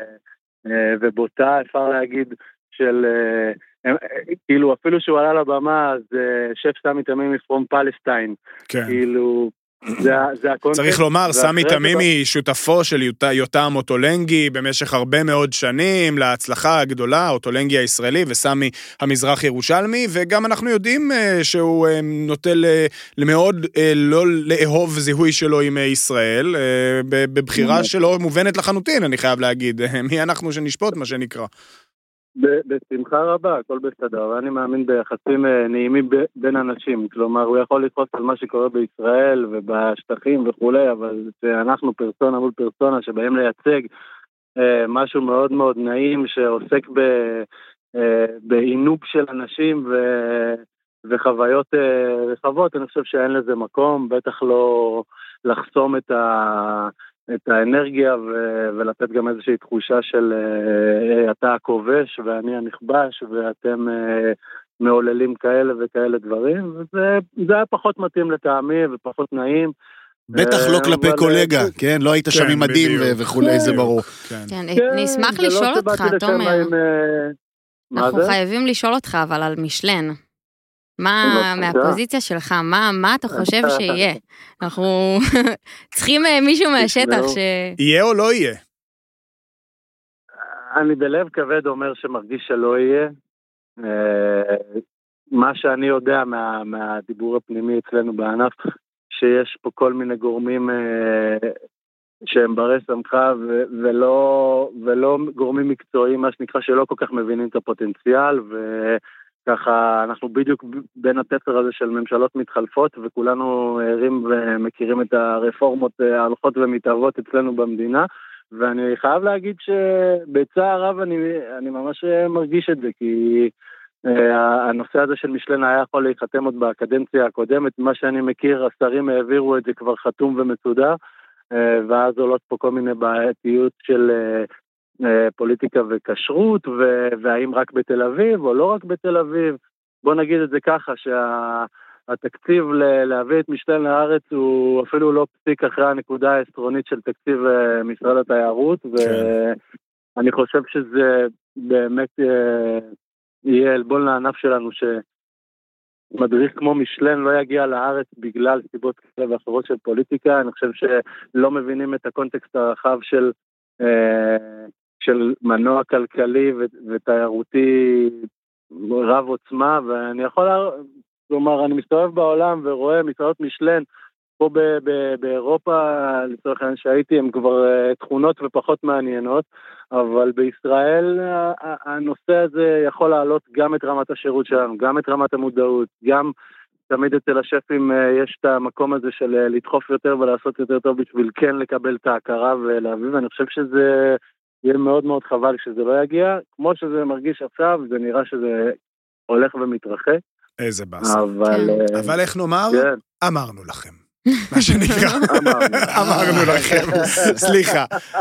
ובוטה, אפשר להגיד, של, כאילו, אפילו שהוא עלה לבמה, אז שף סמי תמימי פרום פלסטיין, כאילו, זה, זה הקונטקסט. צריך לומר, סמי תמימי שותפו של יותם אוטולנגי במשך הרבה מאוד שנים, להצלחה הגדולה, אוטולנגי הישראלי ושמי המזרח ירושלמי, וגם אנחנו יודעים שהוא נוטה למאוד לא לאהוב זיהוי שלו עם ישראל, בבחירה שלו מובנת לחלוטין, אני חייב להגיד, מי אנחנו שנשפוט, מה שנקרא. בשמחה רבה, הכל בסדר, ואני מאמין ביחסים נעימים בין אנשים, כלומר הוא יכול לתפוס על מה שקורה בישראל ובשטחים וכולי, אבל שאנחנו פרסונה מול פרסונה שבאים לייצג משהו מאוד מאוד נעים שעוסק בעינוג של אנשים ו... וחוויות רחבות, אני חושב שאין לזה מקום, בטח לא לחסום את ה... את האנרגיה ו- ולתת גם איזושהי תחושה של אה, אתה הכובש ואני הנכבש ואתם אה, מעוללים כאלה וכאלה דברים, וזה זה היה פחות מתאים לטעמי ופחות נעים. בטח לא כלפי קולגה, כן? לא היית שם עם מדים וכולי, זה ברור. נשמח לשאול אותך, תומר. אנחנו חייבים לשאול אותך, אבל על משלן. מה מהפוזיציה שלך, מה, מה אתה חושב שיהיה? אנחנו צריכים מישהו מהשטח ש... יהיה או לא יהיה? אני בלב כבד אומר שמרגיש שלא יהיה. מה שאני יודע מה, מהדיבור הפנימי אצלנו בענף, שיש פה כל מיני גורמים שהם ברי סמכה ו- ולא, ולא גורמים מקצועיים, מה שנקרא, שלא כל כך מבינים את הפוטנציאל, וככה אנחנו בדיוק בין התפר הזה של ממשלות מתחלפות, וכולנו ערים ומכירים את הרפורמות ההלכות ומתאבות אצלנו במדינה, ואני חייב להגיד שבצער רב אני, אני ממש מרגיש את זה, כי הנושא הזה של משלן היה יכול להיחתם עוד בקדנציה הקודמת, מה שאני מכיר, השרים העבירו את זה כבר חתום ומסודר, ואז עולות פה כל מיני בעייתיות של פוליטיקה וכשרות, והאם רק בתל אביב או לא רק בתל אביב. בוא נגיד את זה ככה, שהתקציב להביא את משלן לארץ הוא אפילו לא פסיק אחרי הנקודה העשרונית של תקציב משרד התיירות, ואני חושב שזה באמת יהיה אלבון לענף שלנו, שמדריך כמו משלן לא יגיע לארץ בגלל סיבות כאלה ואחרות של פוליטיקה. אני חושב שלא מבינים את הקונטקסט הרחב של, של מנוע כלכלי ותיירותי רב עוצמה, ואני יכול לומר, אני מסתובב בעולם ורואה מסעדות משלן, פה ב- ב- באירופה, לצורך העניין שהייתי, הן כבר תכונות ופחות מעניינות, אבל בישראל הנושא הזה יכול לעלות גם את רמת השירות שלנו, גם את רמת המודעות, גם תמיד אצל השפים יש את המקום הזה של לדחוף יותר ולעשות יותר טוב בשביל כן לקבל את ההכרה ולהביא, ואני חושב שזה יהיה מאוד מאוד חבל שזה לא יגיע, כמו שזה מרגיש עכשיו, זה נראה שזה הולך ומתרחק. איזה בסה. אבל... אבל איך נאמר? כן. אמרנו לכם. מה שנקרא, אמרנו לכם, סליחה,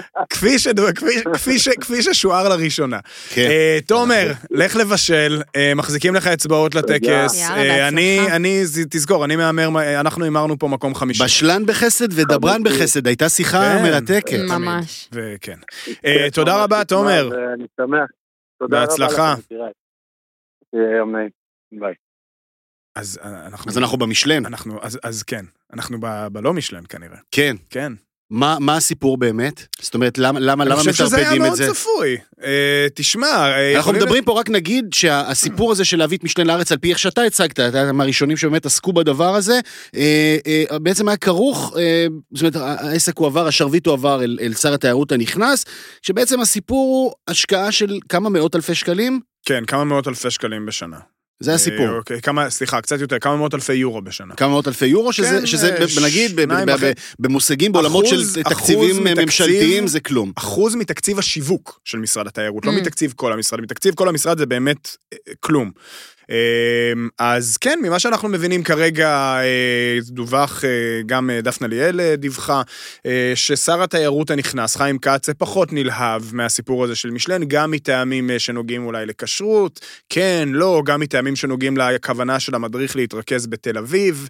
כפי ששוער לראשונה. תומר, לך לבשל, מחזיקים לך אצבעות לטקס, אני, תזכור, אני מאמר, אנחנו אמרנו פה מקום חמישי. בשלן בחסד ודברן בחסד, הייתה שיחה מרתקת. ממש. וכן. תודה רבה, תומר. אני שמח. בהצלחה. יום נעים, ביי. אז אנחנו... אז אנחנו במשלן. אנחנו, אז, אז כן, אנחנו ב, בלא משלן כנראה. כן. כן. מה, מה הסיפור באמת? זאת אומרת, למה, למה, למה מטרפדים את זה? אני חושב שזה היה מאוד צפוי. אה, תשמע... אנחנו מדברים פה, רק נגיד שהסיפור הזה של להביא את משלן לארץ, על פי איך שאתה הצגת, אתה מהראשונים שבאמת עסקו בדבר הזה, אה, אה, בעצם היה כרוך, אה, זאת אומרת, העסק הוא עבר, השרביט הוא עבר אל, אל שר התיירות הנכנס, שבעצם הסיפור הוא השקעה של כמה מאות אלפי שקלים? כן, כמה מאות אלפי שקלים בשנה. זה הסיפור. אוקיי, כמה, סליחה, קצת יותר, כמה מאות אלפי יורו בשנה. כמה מאות אלפי יורו, שזה, שזה נגיד, במושגים, בעולמות של תקציבים ממשלתיים, זה כלום. אחוז מתקציב השיווק של משרד התיירות, לא מתקציב כל המשרד, מתקציב כל המשרד זה באמת כלום. אז כן, ממה שאנחנו מבינים כרגע, דווח גם דפנה ליאל דיווחה, ששר התיירות הנכנס, חיים כץ, פחות נלהב מהסיפור הזה של משלן, גם מטעמים שנוגעים אולי לכשרות, כן, לא, גם מטעמים שנוגעים לכוונה של המדריך להתרכז בתל אביב,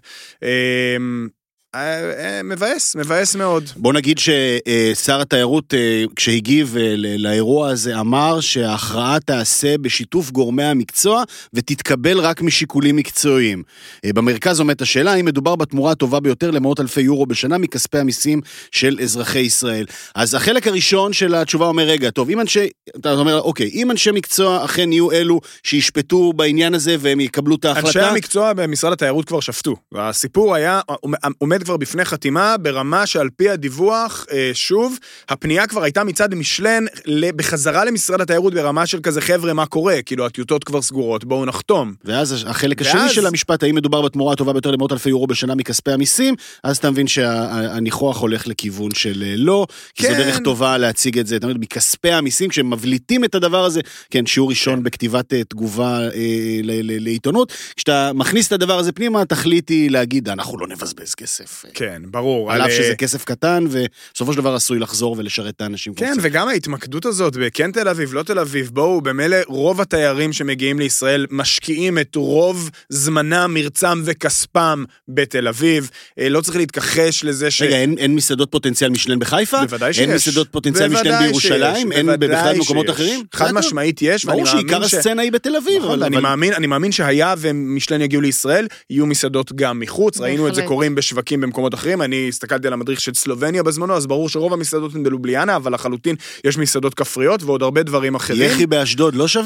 מבאס, מבאס מאוד. בוא נגיד ששר התיירות, כשהגיב לאירוע הזה, אמר שההכרעה תעשה בשיתוף גורמי המקצוע, ותתקבל רק משיקולים מקצועיים. במרכז עומדת השאלה, האם מדובר בתמורה הטובה ביותר למאות אלפי יורו בשנה, מכספי המיסים של אזרחי ישראל. אז החלק הראשון של התשובה אומר, רגע, טוב, אם אנשי, אתה אומר, אוקיי, אם אנשי מקצוע אכן יהיו אלו שישפטו בעניין הזה, והם יקבלו את ההחלטה. אנשי המקצוע במשרד התיירות כבר שפטו. הסיפור היה, עומד כבר בפני חתימה, ברמה שעל פי הדיווח, שוב, הפנייה כבר הייתה מצד משלן, בחזרה למשרד התיירות, ברמה של כזה חבר'ה, מה קורה? כאילו, הטיוטות כבר סגורות, בואו נחתום. ואז החלק השני של המשפט, האם מדובר בתמורה הטובה ביותר למאות אלפי יורו בשנה מכספי המיסים, אז אתה מבין שהניחוח הולך לכיוון של לא, כי זו דרך טובה להציג את זה, אתה מבין, מכספי המיסים, כשהם מבליטים את הדבר הזה, כן, שיעור ראשון בכתיבת תגובה לעיתונות, כשאתה מכניס את הדבר הזה פנימה, התכלית היא להגיד, אנחנו לא נבזבז כסף. כן, ברור. עליו שזה כסף קטן, ובסופו של דבר עשוי לחזור ולשרת את האנשים. כן, וגם ההתמקדות הזאת, בכן תל אביב, לא תל אביב, בואו, במילא רוב התיירים שמגיעים לישראל, משקיעים את רוב זמנם, מרצם וכספם בתל אביב, לא צריך להתכחש לזה ש... רגע, אין שיש פוטנציאל משלן בחיפה? בוודאי שיש. אין מסעדות פוטנציאל משלן בירושלים? אין בכלל מקומות אחרים? חד משמעית יש, ברור שעיקר הסצנה היא בתל אביב. אני מאמין שהיה ומשלן יגיעו לישראל, יהיו מסעדות גם מחוץ, ראינו את זה קוראים בשווקים במקומות אחרים, אני הסתכלתי על המדריך של סלובניה בזמנו, אז ברור שרוב המסעדות הן בלובליאנה, אבל לחלוטין יש מסעדות כפריות ועוד הרבה דברים אחרים. יחי באשדוד לא שווה?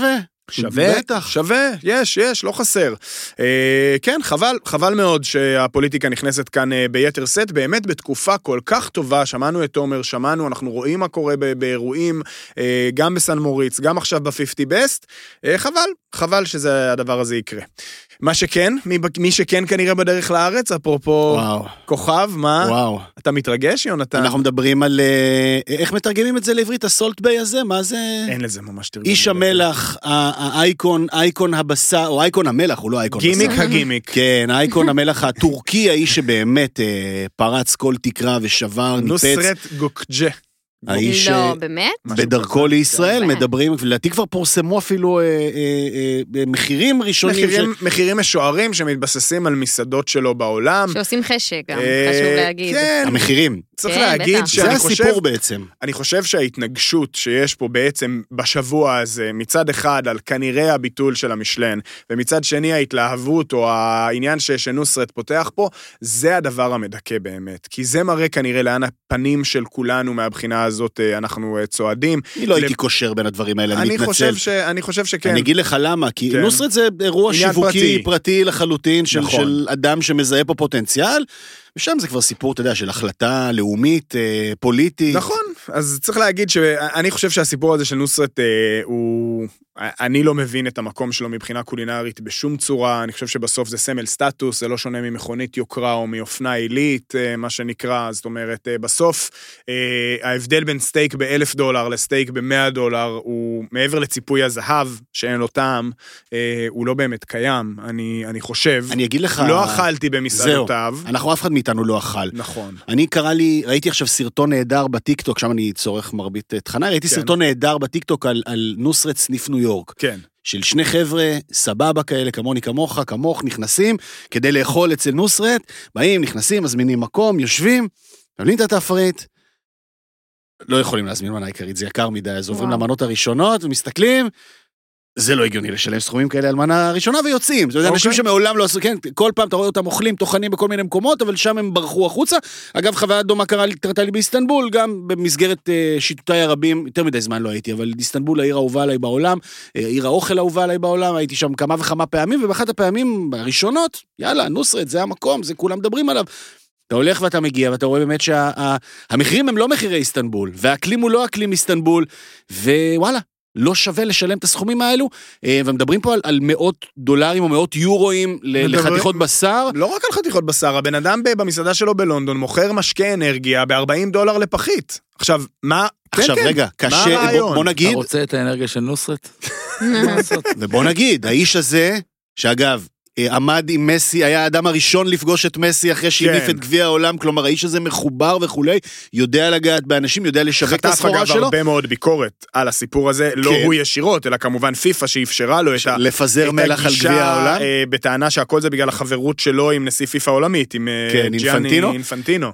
שווה, בטח. שווה, יש, יש, לא חסר. אה, כן, חבל, חבל מאוד שהפוליטיקה נכנסת כאן אה, ביתר סט, באמת בתקופה כל כך טובה, שמענו את תומר, שמענו, אנחנו רואים מה קורה ב- באירועים, אה, גם בסן מוריץ, גם עכשיו ב-חמישים בסט, אה, חבל, חבל שזה הדבר הזה יקרה. מה שכן, מי, מי שכן כנראה בדרך לארץ, אפרופו וואו. כוכב, מה? וואו. אתה מתרגש, יונתן? אנחנו מדברים על... אה, איך מתרגמים את זה לעברית? הסולט ביי הזה? מה זה? אין לזה ממש תרגום. איש המלח, ה- האייקון, אייקון הבשר, או אייקון המלח, הוא לא אייקון בשר. גימיק הגימיק. כן, האייקון המלח הטורקי, האיש שבאמת אה, פרץ כל תקרה ושבר, ניפץ. נוסרת גוקג'ה. האיש לא, באמת? בדרכו לישראל, באמת. מדברים, לדעתי כבר פורסמו אפילו אה, אה, אה, מחירים ראשונים. מחירים, מחירים משוערים שמתבססים על מסעדות שלו בעולם. שעושים חשק גם, אה, חשוב להגיד. כן, המחירים. צריך כן, להגיד בטח. זה שאני חושב, הסיפור בעצם. אני חושב שההתנגשות שיש פה בעצם בשבוע הזה, מצד אחד על כנראה הביטול של המשלן, ומצד שני ההתלהבות או העניין שנוסרת פותח פה, זה הדבר המדכא באמת. כי זה מראה כנראה לאן הפנים של כולנו מהבחינה הזאת אנחנו צועדים. אני לא הייתי קושר בין הדברים האלה, אני אני מתנצל. חושב ש... אני חושב שכן. אני אגיד לך למה, כי כן. נוסרת זה אירוע עניין שיווקי פרטי. פרטי לחלוטין של, נכון. של אדם שמזהה פה פוטנציאל, ושם זה כבר סיפור, אתה יודע, של החלטה לאומית, אה, פוליטית. נכון, אז צריך להגיד שאני חושב שהסיפור הזה של נוסרת אה, הוא... אני לא מבין את המקום שלו מבחינה קולינרית בשום צורה, אני חושב שבסוף זה סמל סטטוס, זה לא שונה ממכונית יוקרה או מאופנה עילית, אה, מה שנקרא, זאת אומרת, אה, בסוף אה, ההבדל בין סטייק באלף דולר לסטייק במאה דולר, הוא מעבר לציפוי הזהב, שאין לו טעם, אה, הוא לא באמת קיים, אני, אני חושב. אני אגיד לך... לא אכלתי במסעדותיו. זהו, אנחנו אף אחד מאיתנו לא אכל. נכון. אני קרא לי, ראיתי עכשיו סרטון נהדר בטיקטוק, שם אני צורך מרבית תכנה, ראיתי כן. סרטון נהדר בטיקטוק על, על נוסרת סניף ניו יורק. כן. של שני חבר'ה, סבבה כאלה, כמוני כמוך, כמוך, נכנסים, כדי לאכול אצל נוסרת, באים, נכנסים, מזמינים מקום, יושבים, קבלים את התפריט, לא יכולים להזמין מנה עיקרית, זה יקר מדי, אז עוברים למנות הראשונות ומסתכלים, זה לא הגיוני לשלם סכומים כאלה על מנה ראשונה ויוצאים. זה אנשים שמעולם לא עשו, כן, כל פעם אתה רואה אותם אוכלים, תוכנים בכל מיני מקומות, אבל שם הם ברחו החוצה. אגב, חוויה דומה קרה לי, קרתה לי באיסטנבול, גם במסגרת שיטוטי הרבים, יותר מדי זמן לא הייתי, אבל איסטנבול העיר האהובה עליי בעולם, עיר האוכל האהובה עליי בעולם, הייתי שם כמה וכמה פעמים, ובאחת הפעמים הראשונות, יאללה, נוסרת, זה המקום, זה כולם מדברים עליו. אתה הולך ואתה מגיע, ואתה רואה באמת שהמחירים הם לא מחירי איסטנבול, והאקלים הוא לא אקלים איסטנבול, ווואלה. לא שווה לשלם את הסכומים האלו, ומדברים פה על, על מאות דולרים או מאות יורואים לחתיכות בשר. לא רק על חתיכות בשר, הבן אדם במסעדה שלו בלונדון מוכר משקה אנרגיה ב-ארבעים דולר לפחית. עכשיו, מה... עכשיו כן, רגע, כן. קשה, בוא, בוא נגיד... אתה רוצה את האנרגיה של נוסרת? מה לעשות? ובוא נגיד, האיש הזה, שאגב, עמד עם מסי, היה האדם הראשון לפגוש את מסי אחרי שהניף את גביע העולם, כלומר האיש הזה מחובר וכולי, יודע לגעת באנשים, יודע לשווק את הסחורה שלו. חטף אגב הרבה מאוד ביקורת על הסיפור הזה, לא הוא ישירות, אלא כמובן פיפה שאפשרה לו את לפזר מלח על גביע העולם. בטענה שהכל זה בגלל החברות שלו עם נשיא פיפה העולמית, עם ג'יאני אינפנטינו.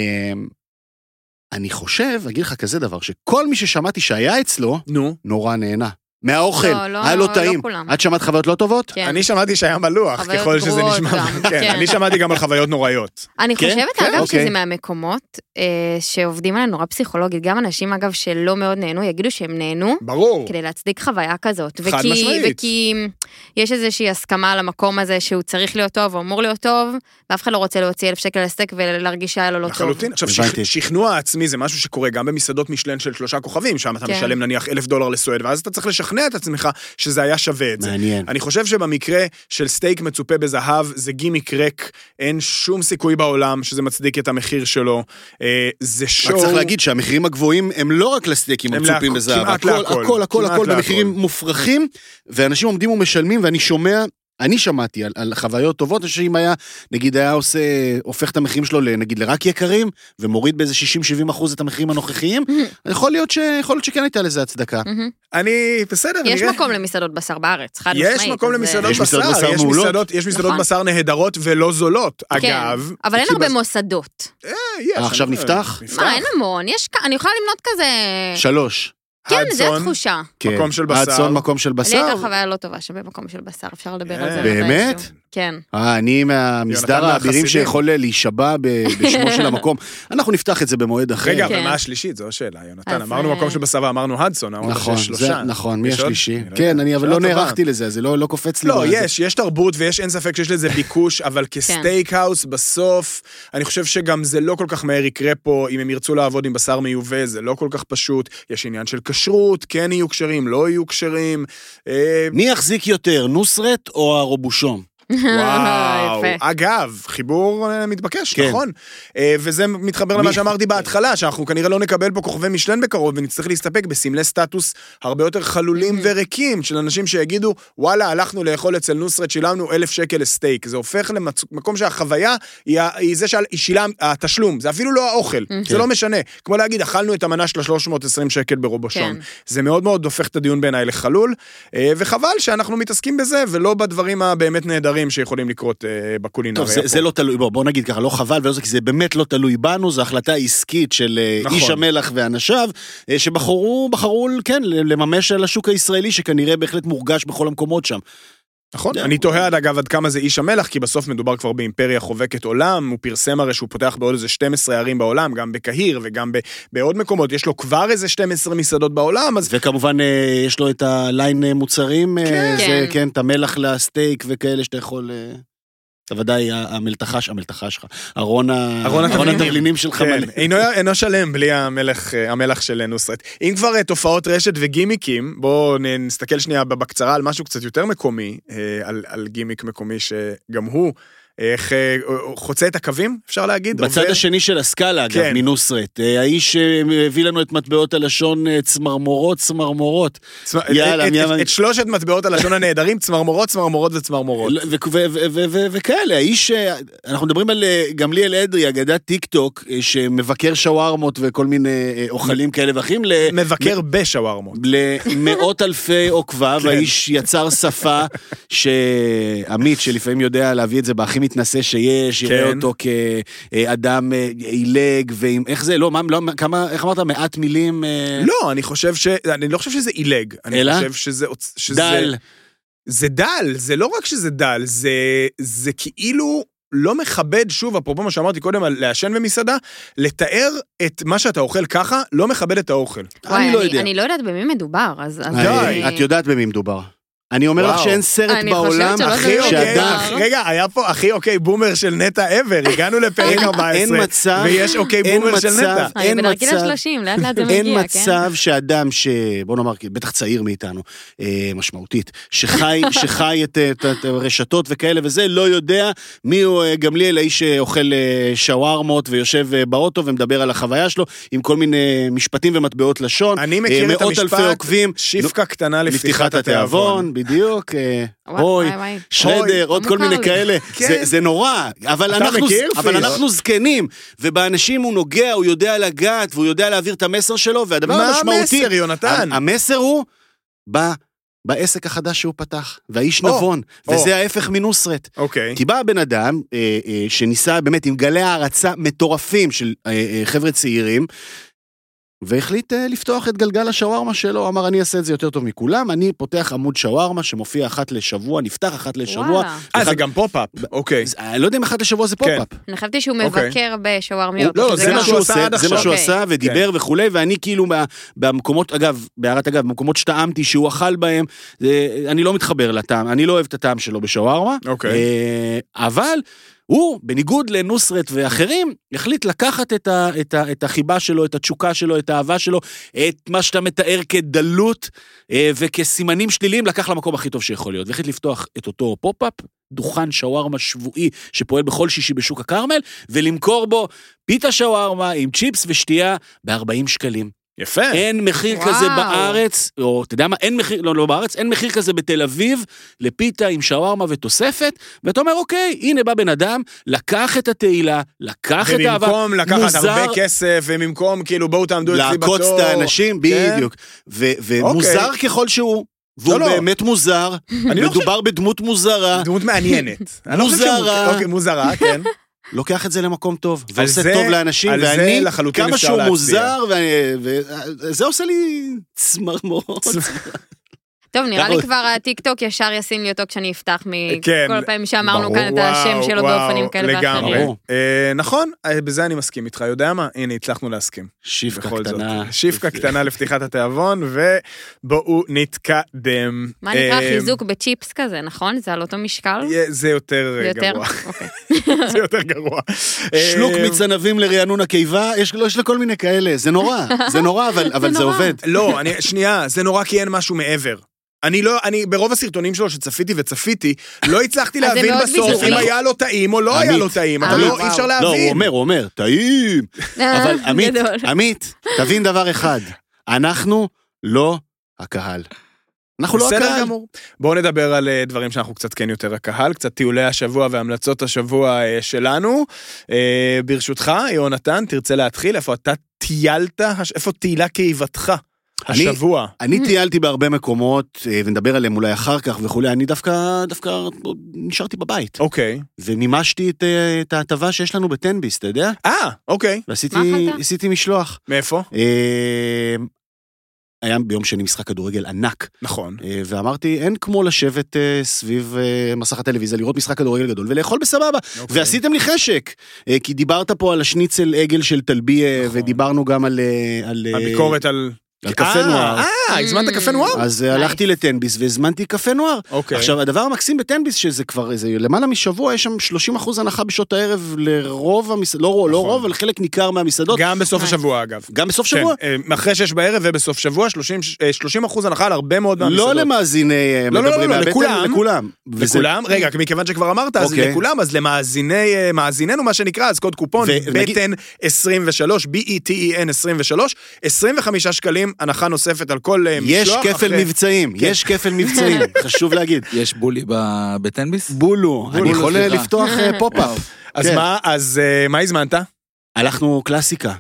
אני חושב, אגיד לך כזה דבר, שכל מי ששמעתי שהיה אצלו, נורא נהנה. מהאוכל, היה לו טעים. את שמעת חוויות לא טובות? אני שמעתי שהיה מלוח, ככל שזה נשמע. אני שמעתי גם על חוויות נוראיות. אני חושבת אגב שזה מהמקומות שעובדים עליהם נורא פסיכולוגית, גם אנשים אגב שלא מאוד נהנו, יגידו שהם נהנו. ברור. כדי להצדיק חוויה כזאת. חד משמעית. וכי יש איזושהי הסכמה על המקום הזה שהוא צריך להיות טוב, או אמור להיות טוב, ואף אחד לא רוצה להוציא אלף שקל לסטייק ולהרגיש שהיה לו לא טוב. לחלוטין. עכשיו, שכנוע העצמי זה משהו שקורה גם במסעדות משלן של שלושה כוכבים, שם אתה משלם נניח אלף דולר לסועד, ואז אתה צריך לשכנע את עצמך שזה היה שווה את זה. מעניין. אני חושב שבמקרה של סטייק מצופה בזהב, זה גימיק ריק, אין שום סיכוי בעולם שזה מצדיק את המחיר שלו. זה שואו... רק צריך להגיד שהמחירים הגבוהים הם לא רק לסטייקים מצופים בזהב. הכל, הכל, הכל, הכל במחירים מופרכים, ואנשים עומדים ומשלמים, ואני שומע... אני שמעתי על, על חוויות טובות, שאם היה, נגיד היה עושה, הופך את המחירים שלו, נגיד לרק יקרים, ומוריד באיזה שישים שבעים אחוז את המחירים הנוכחיים, יכול להיות, ש, יכול להיות שכן הייתה לזה הצדקה. אני, בסדר. יש מקום למסעדות בשר בארץ, חד יש משמעית. מקום למסעדות בשר, יש מסעדות, יש מסעדות בשר נהדרות ולא זולות, אגב. אבל אין הרבה מוסדות. עכשיו נפתח? מה, אין המון, אני יכולה למנות כזה... שלוש. כן, זו התחושה. מקום של בשר. הצון, מקום של בשר. לי הייתה חוויה לא טובה שבמקום של בשר, אפשר לדבר על זה. באמת? כן. אה, אני מהמסדר האבירים שיכול להישבע בשמו של המקום. אנחנו נפתח את זה במועד אחר. רגע, אבל מה השלישית? זו השאלה, יונתן. אמרנו מקום שבסבא, אמרנו הדסון, אמרנו שיש שלושה. נכון, מי השלישי? כן, אני אבל לא נערכתי לזה, זה לא קופץ לי. לא, יש, יש תרבות ויש אין ספק שיש לזה ביקוש, אבל כסטייקהאוס בסוף, אני חושב שגם זה לא כל כך מהר יקרה פה, אם הם ירצו לעבוד עם בשר מיובא, זה לא כל כך פשוט. יש עניין של כשרות, כן יהיו כשרים, לא יהיו כשרים. מי יחזיק יותר, נוסרת או הרובושום? וואו, אגב, חיבור מתבקש, נכון? וזה מתחבר למה שאמרתי בהתחלה, שאנחנו כנראה לא נקבל פה כוכבי משלן בקרוב, ונצטרך להסתפק בסמלי סטטוס הרבה יותר חלולים וריקים, של אנשים שיגידו, וואלה, הלכנו לאכול אצל נוסרת, שילמנו אלף שקל לסטייק. זה הופך למקום שהחוויה היא זה שילם, התשלום, זה אפילו לא האוכל, זה לא משנה. כמו להגיד, אכלנו את המנה של שלוש מאות ועשרים שקל ברובושון. זה מאוד מאוד הופך את הדיון בעיניי לחלול, וחבל שאנחנו מתעסקים בזה, ולא בדברים הבאמת נהדרים שיכולים לקרות בקולינריה. טוב, זה לא תלוי, בוא נגיד ככה, לא חבל, כי זה באמת לא תלוי בנו, זו החלטה עסקית של איש המלח ואנשיו, שבחרו, בחרו, כן, לממש על השוק הישראלי, שכנראה בהחלט מורגש בכל המקומות שם. נכון, אני תוהה עד אגב עד כמה זה איש המלח, כי בסוף מדובר כבר באימפריה חובקת עולם, הוא פרסם הרי שהוא פותח בעוד איזה שתים עשרה ערים בעולם, גם בקהיר וגם בעוד מקומות, יש לו כבר איזה שתים עשרה מסעדות בעולם. וכמובן יש לו את הליין מוצרים, זה כן, את המלח לסטייק וכאלה שאתה יכול... ודאי המלתחה, המלתחה שלך, ארון התבלינים שלך מלא. אינו שלם בלי המלח של נוסרת. אם כבר תופעות רשת וגימיקים, בואו נסתכל שנייה בקצרה על משהו קצת יותר מקומי, על גימיק מקומי שגם הוא, איך חוצה את הקווים, אפשר להגיד? בצד השני של הסקאלה, אגב, מנוסרת. האיש הביא לנו את מטבעות הלשון צמרמורות, צמרמורות. את שלושת מטבעות הלשון הנהדרים, צמרמורות, צמרמורות וצמרמורות. וכאלה, האיש, אנחנו מדברים על גמליאל אדרי, אגדת טיק טוק, שמבקר שווארמות וכל מיני אוכלים כאלה ואחרים. מבקר בשווארמות. למאות אלפי עוקביו, האיש יצר שפה שעמית, שלפעמים יודע להביא את זה בהכי מתנסה שיש, יראה אותו כאדם אילג, ואיך זה, לא, כמה, איך אמרת, מעט מילים? לא, אני חושב ש... אני לא חושב שזה אילג. אלא? אני חושב שזה... דל. זה דל, זה לא רק שזה דל, זה, זה כאילו לא מכבד, שוב, אפרופו מה שאמרתי קודם על לעשן במסעדה, לתאר את מה שאתה אוכל ככה, לא מכבד את האוכל. אני לא יודע. אני לא יודעת במי מדובר, אז... די. את יודעת במי מדובר. אני אומר לך שאין סרט בעולם שאדם... רגע, היה פה הכי אוקיי בומר של נטע עבר, הגענו לפרק ארבע עשרה, ויש אוקיי בומר של נטע. אני בדרכי לשלושים, לאט לאט זה מגיע, כן? אין מצב שאדם ש... בוא נאמר, בטח צעיר מאיתנו, משמעותית, שחי את הרשתות וכאלה וזה, לא יודע מי הוא גמליאל, האיש שאוכל שווארמות ויושב באוטו ומדבר על החוויה שלו, עם כל מיני משפטים ומטבעות לשון. אני מכיר את המשפט, שפקה קטנה לפתיחת התיאבון. בדיוק, אוי, שרדר, עוד כל מיני כאלה, זה נורא, אבל אנחנו זקנים, ובאנשים הוא נוגע, הוא יודע לגעת, והוא יודע להעביר את המסר שלו, והדבר המשמעותי... מה המסר, יונתן? המסר הוא, בעסק החדש שהוא פתח, והאיש נבון, וזה ההפך מנוסרת. כי בא הבן אדם, שניסה באמת עם גלי הערצה מטורפים של חבר'ה צעירים, והחליט לפתוח את גלגל השווארמה שלו, אמר אני אעשה את זה יותר טוב מכולם, אני פותח עמוד שווארמה שמופיע אחת לשבוע, נפתח אחת לשבוע. אה, זה גם פופ-אפ, אוקיי. אני לא יודע אם אחת לשבוע זה פופ-אפ. אני חשבתי שהוא מבקר בשווארמיות. לא, זה מה שהוא עושה, זה מה שהוא עשה, ודיבר וכולי, ואני כאילו במקומות, אגב, בהערת אגב, במקומות שטעמתי שהוא אכל בהם, אני לא מתחבר לטעם, אני לא אוהב את הטעם שלו בשווארמה, אבל הוא, בניגוד לנוסרת ואחרים, החליט לקחת את, ה, את, ה, את החיבה שלו, את התשוקה שלו, את האהבה שלו, את מה שאתה מתאר כדלות וכסימנים שליליים, לקח למקום הכי טוב שיכול להיות. והחליט לפתוח את אותו פופ-אפ, דוכן שווארמה שבועי שפועל בכל שישי בשוק הכרמל, ולמכור בו פיתה שווארמה עם צ'יפס ושתייה ב-ארבעים שקלים. יפה. אין מחיר וואו. כזה בארץ, או אתה יודע מה, אין מחיר, לא, לא בארץ, אין מחיר כזה בתל אביב, לפיתה עם שווארמה ותוספת, ואתה אומר, אוקיי, הנה בא בן אדם, לקח את התהילה, לקח את האהבה, וממקום לקחת מוזר, הרבה כסף, וממקום כאילו בואו תעמדו אצלי בתור. לעקוץ את האנשים, כן? בדיוק. ו- ומוזר אוקיי. ככל שהוא, והוא לא, באמת לא. מוזר, מדובר חושב... בדמות מוזרה. דמות מעניינת. מוזרה. אוקיי, מוזרה, כן. לוקח את זה למקום טוב, ועושה טוב לאנשים, ואני, כמה שהוא מוזר, וזה עושה לי צמרמורות. טוב, נראה לי כבר הטיק-טוק ישר ישים לי אותו כשאני אפתח מכל פעמים שאמרנו כאן את השם שלו באופנים כאלה ואחרים. נכון, בזה אני מסכים איתך, יודע מה? הנה, הצלחנו להסכים. שיפקה קטנה. שיפקה קטנה לפתיחת התיאבון, ובואו נתקדם. מה נקרא חיזוק בצ'יפס כזה, נכון? זה על אותו משקל? זה יותר גרוע. זה יותר גרוע. שלוק מצנבים לרענון הקיבה, יש לכל מיני כאלה, זה נורא, זה נורא, אבל זה עובד. לא, שנייה, זה נורא כי אין משהו מעבר. אני לא, אני ברוב הסרטונים שלו שצפיתי וצפיתי, לא הצלחתי להבין בסוף אם היה לו טעים או לא היה לו טעים, אתה לא, אי אפשר להבין. לא, הוא אומר, הוא אומר, טעים. אבל עמית, עמית, תבין דבר אחד, אנחנו לא הקהל. אנחנו לא הקהל. בואו נדבר על דברים שאנחנו קצת כן יותר הקהל, קצת טיולי השבוע והמלצות השבוע שלנו. ברשותך, יונתן, תרצה להתחיל, איפה אתה טיילת, איפה טיילה כאיבתך? השבוע. אני טיילתי בהרבה מקומות, ונדבר עליהם אולי אחר כך וכולי, אני דווקא, דווקא נשארתי בבית. אוקיי. ומימשתי את, את ההטבה שיש לנו בטנביס, אתה יודע? אה, אוקיי. ועשיתי, עשיתי משלוח. מאיפה? היה ביום שני משחק כדורגל ענק. נכון. ואמרתי, אין כמו לשבת סביב מסך הטלוויזיה, לראות משחק כדורגל גדול, ולאכול בסבבה. ועשיתם לי חשק, כי דיברת פה על השניצל עגל של תלביה, ודיברנו גם על... הביקורת על... על קפה נואר. אה, הזמנת קפה נואר? אז הלכתי לטנביס והזמנתי קפה נואר. אוקיי. עכשיו, הדבר המקסים בטנביס, שזה כבר איזה למעלה משבוע, יש שם שלושים אחוז הנחה בשעות הערב לרוב המסעדות, לא רוב, אבל חלק ניכר מהמסעדות. גם בסוף השבוע, אגב. גם בסוף שבוע? אחרי שש בערב ובסוף שבוע, שלושים אחוז הנחה על הרבה מאוד מהמסעדות. לא למאזיני מדברים מהבטן, לכולם. לכולם? רגע, מכיוון שכבר אמרת, אז לכולם, אז למאזיננו, מה שנקרא, אז קוד קופון, בטן עשרים ושלוש, בי אי טי אי אן עשרים ושלוש, עשרים וחמישה שקלים הנחה נוספת על כל משלוח. יש כפל מבצעים, יש כפל מבצעים, חשוב להגיד. יש בולי בטנביס? בולו, אני יכול לפתוח פופ-אפ. אז מה, אז מה הזמנת? הלכנו קלאסיקה,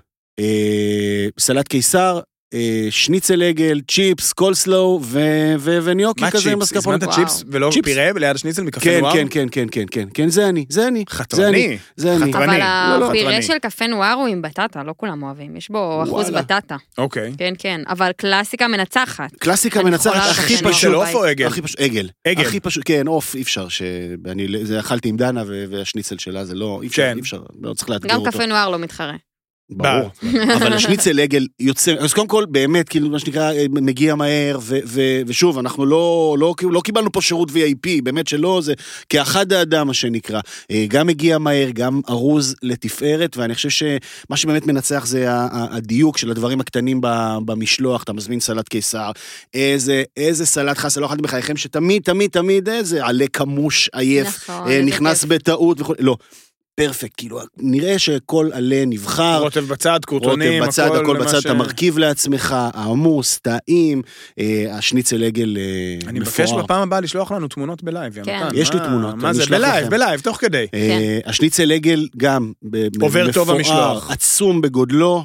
סלט קיסר, שניצל עגל, צ'יפס, קולסלו וניוקי כזה. מה צ'יפס? הזמנת צ'יפס ולא פירה ליד השניצל מקפה נואר? כן, כן, כן, כן, כן, כן, זה אני, זה אני. חתרני. זה אני. אבל הפירה של קפה נואר הוא עם בטטה, לא כולם אוהבים, יש בו אחוז בטטה. אוקיי. כן, כן, אבל קלאסיקה מנצחת. קלאסיקה מנצחת, הכי פשוט. של אוף או עגל? עגל. עגל. הכי פשוט, כן, אוף, אי אפשר, זה אכלתי עם דנה והשניצל שלה, זה לא, אי אפשר, לא צריך לאתגר אותו. גם קפה נואר לא מתחרה. ברור, אבל השניצל עגל יוצא, אז קודם כל באמת, כאילו מה שנקרא, מגיע מהר, ושוב, אנחנו לא קיבלנו פה שירות וי איי פי, באמת שלא, זה כאחד האדם, מה שנקרא, גם מגיע מהר, גם ארוז לתפארת, ואני חושב שמה שבאמת מנצח זה הדיוק של הדברים הקטנים במשלוח, אתה מזמין סלט קיסר, איזה סלט חס, לא אכלתי בחייכם, שתמיד, תמיד, תמיד, איזה עלה כמוש עייף, נכנס בטעות וכו', לא. פרפקט, כאילו, נראה שכל עלה נבחר. רוטב בצד, קורטונים, רוטב בצד, הכל בצד, אתה מרכיב לעצמך, העמוס, טעים, השניצל עגל מפואר. אני מבקש בפעם הבאה לשלוח לנו תמונות בלייב, יונתן. יש לי תמונות. מה זה? בלייב, בלייב, תוך כדי. השניצל עגל גם עובר טוב המשלוח. עצום בגודלו,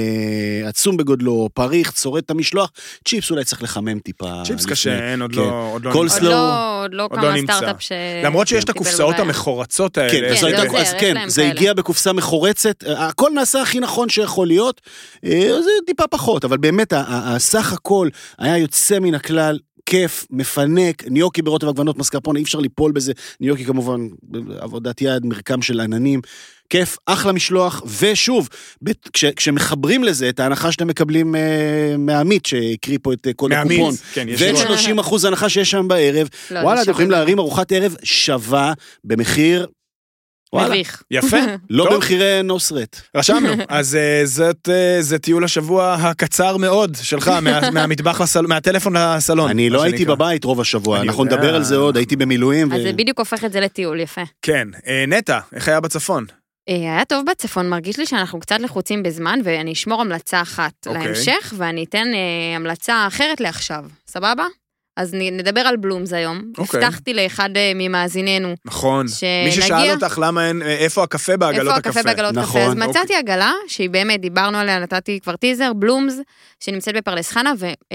עצום בגודלו, פריך, צורד את המשלוח, צ'יפס אולי צריך לחמם טיפה. צ'יפס קשה, אין, עוד לא עוד לא כמה סטארט-אפ ש... למרות שיש את הקופסאות המחורצות האלה. כן, זה הגיע בקופסה מחורצת, הכל נעשה הכי נכון שיכול להיות, זה טיפה פחות, אבל באמת, הסך הכל היה יוצא מן הכלל, כיף, מפנק, ניוקי ברוטב עגבנות מסקרפונה, אי אפשר ליפול בזה, ניוקי כמובן, עבודת יד, מרקם של עננים, כיף, אחלה משלוח, ושוב, כש, כשמחברים לזה את ההנחה שאתם מקבלים uh, מהעמית, שהקריא פה את קוד הקופון, כן, ואת שלושים אחוז הנחה שיש שם בערב, לא, וואלה, אתם יכולים להרים ארוחת ערב שווה במחיר, מביך. יפה. לא במחירי נוסרט. רשמנו. אז זה טיול השבוע הקצר מאוד שלך, מהמטבח לסלון, מהטלפון לסלון. אני לא הייתי בבית רוב השבוע, אנחנו נדבר על זה עוד, הייתי במילואים. אז זה בדיוק הופך את זה לטיול, יפה. כן. נטע, איך היה בצפון? היה טוב בצפון, מרגיש לי שאנחנו קצת לחוצים בזמן, ואני אשמור המלצה אחת להמשך, ואני אתן המלצה אחרת לעכשיו. סבבה? אז נדבר על בלומס היום. הבטחתי לאחד ממאזיננו. נכון. מי ששאל אותך למה אין, איפה הקפה בעגלות הקפה. איפה הקפה בעגלות קפה. אז מצאתי עגלה, שהיא באמת, דיברנו עליה, נתתי כבר טיזר, בלומס, שנמצאת בפרדס חנה,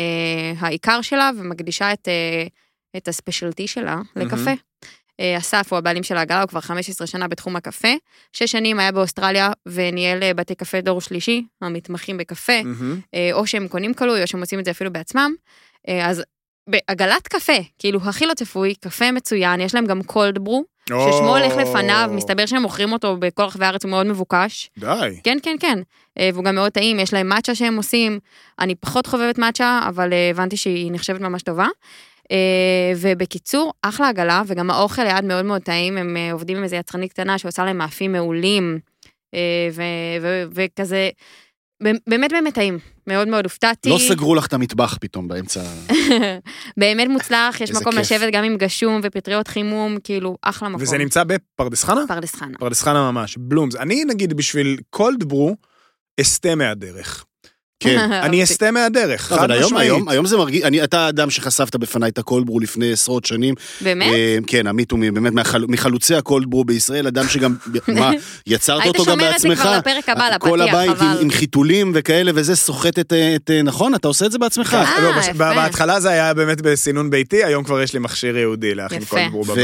והעיקר שלה, ומקדישה את הספיישלטי שלה לקפה. אסף הוא הבעלים של העגלה, הוא כבר חמש עשרה שנה בתחום הקפה. שש שנים היה באוסטרליה, וניהל בתי קפה דור שלישי, המתמחים בקפה, או שהם קונים קלוי, או שהם עושים את זה אפילו בעצמם. אז בעגלת קפה, כאילו הכי לא צפוי, קפה מצוין, יש להם גם קולד ברו, ששמו הולך לפניו, מסתבר שהם מוכרים אותו בכל רחבי הארץ, הוא מאוד מבוקש. די. כן, כן, כן. והוא גם מאוד טעים, יש להם מאצ'ה שהם עושים, אני פחות חובבת מאצ'ה, אבל הבנתי שהיא נחשבת ממש טובה. ובקיצור, אחלה עגלה, וגם האוכל ליד מאוד מאוד טעים, הם עובדים עם איזו יצרנית קטנה שעושה להם מאפים מעולים, וכזה, באמת באמת טעים, מאוד מאוד הופתעתי. לא סגרו לך את המטבח פתאום באמצע. באמת מוצלח, יש מקום לשבת גם עם גשום ופטריות חימום, כאילו אחלה מקום. וזה נמצא בפרדס חנה? פרדס חנה. פרדס חנה ממש, בלומס. אני נגיד בשביל קולד ברו, אסתה מהדרך. כן. אני אסתה מהדרך, חד משמעית. היום זה מרגיש, אתה האדם שחשפת בפניי את הקולד ברו לפני עשרות שנים. באמת? כן, עמית הוא באמת מחלוצי הקולד ברו בישראל, אדם שגם, מה, יצרת אותו גם בעצמך. היית שומר את זה כבר לפרק הבא, לפתיח, כל הבית עם חיתולים וכאלה, וזה סוחט את, נכון? אתה עושה את זה בעצמך. בהתחלה זה היה באמת בסינון ביתי, היום כבר יש לי מכשיר יהודי להכין קולד ברו בבית.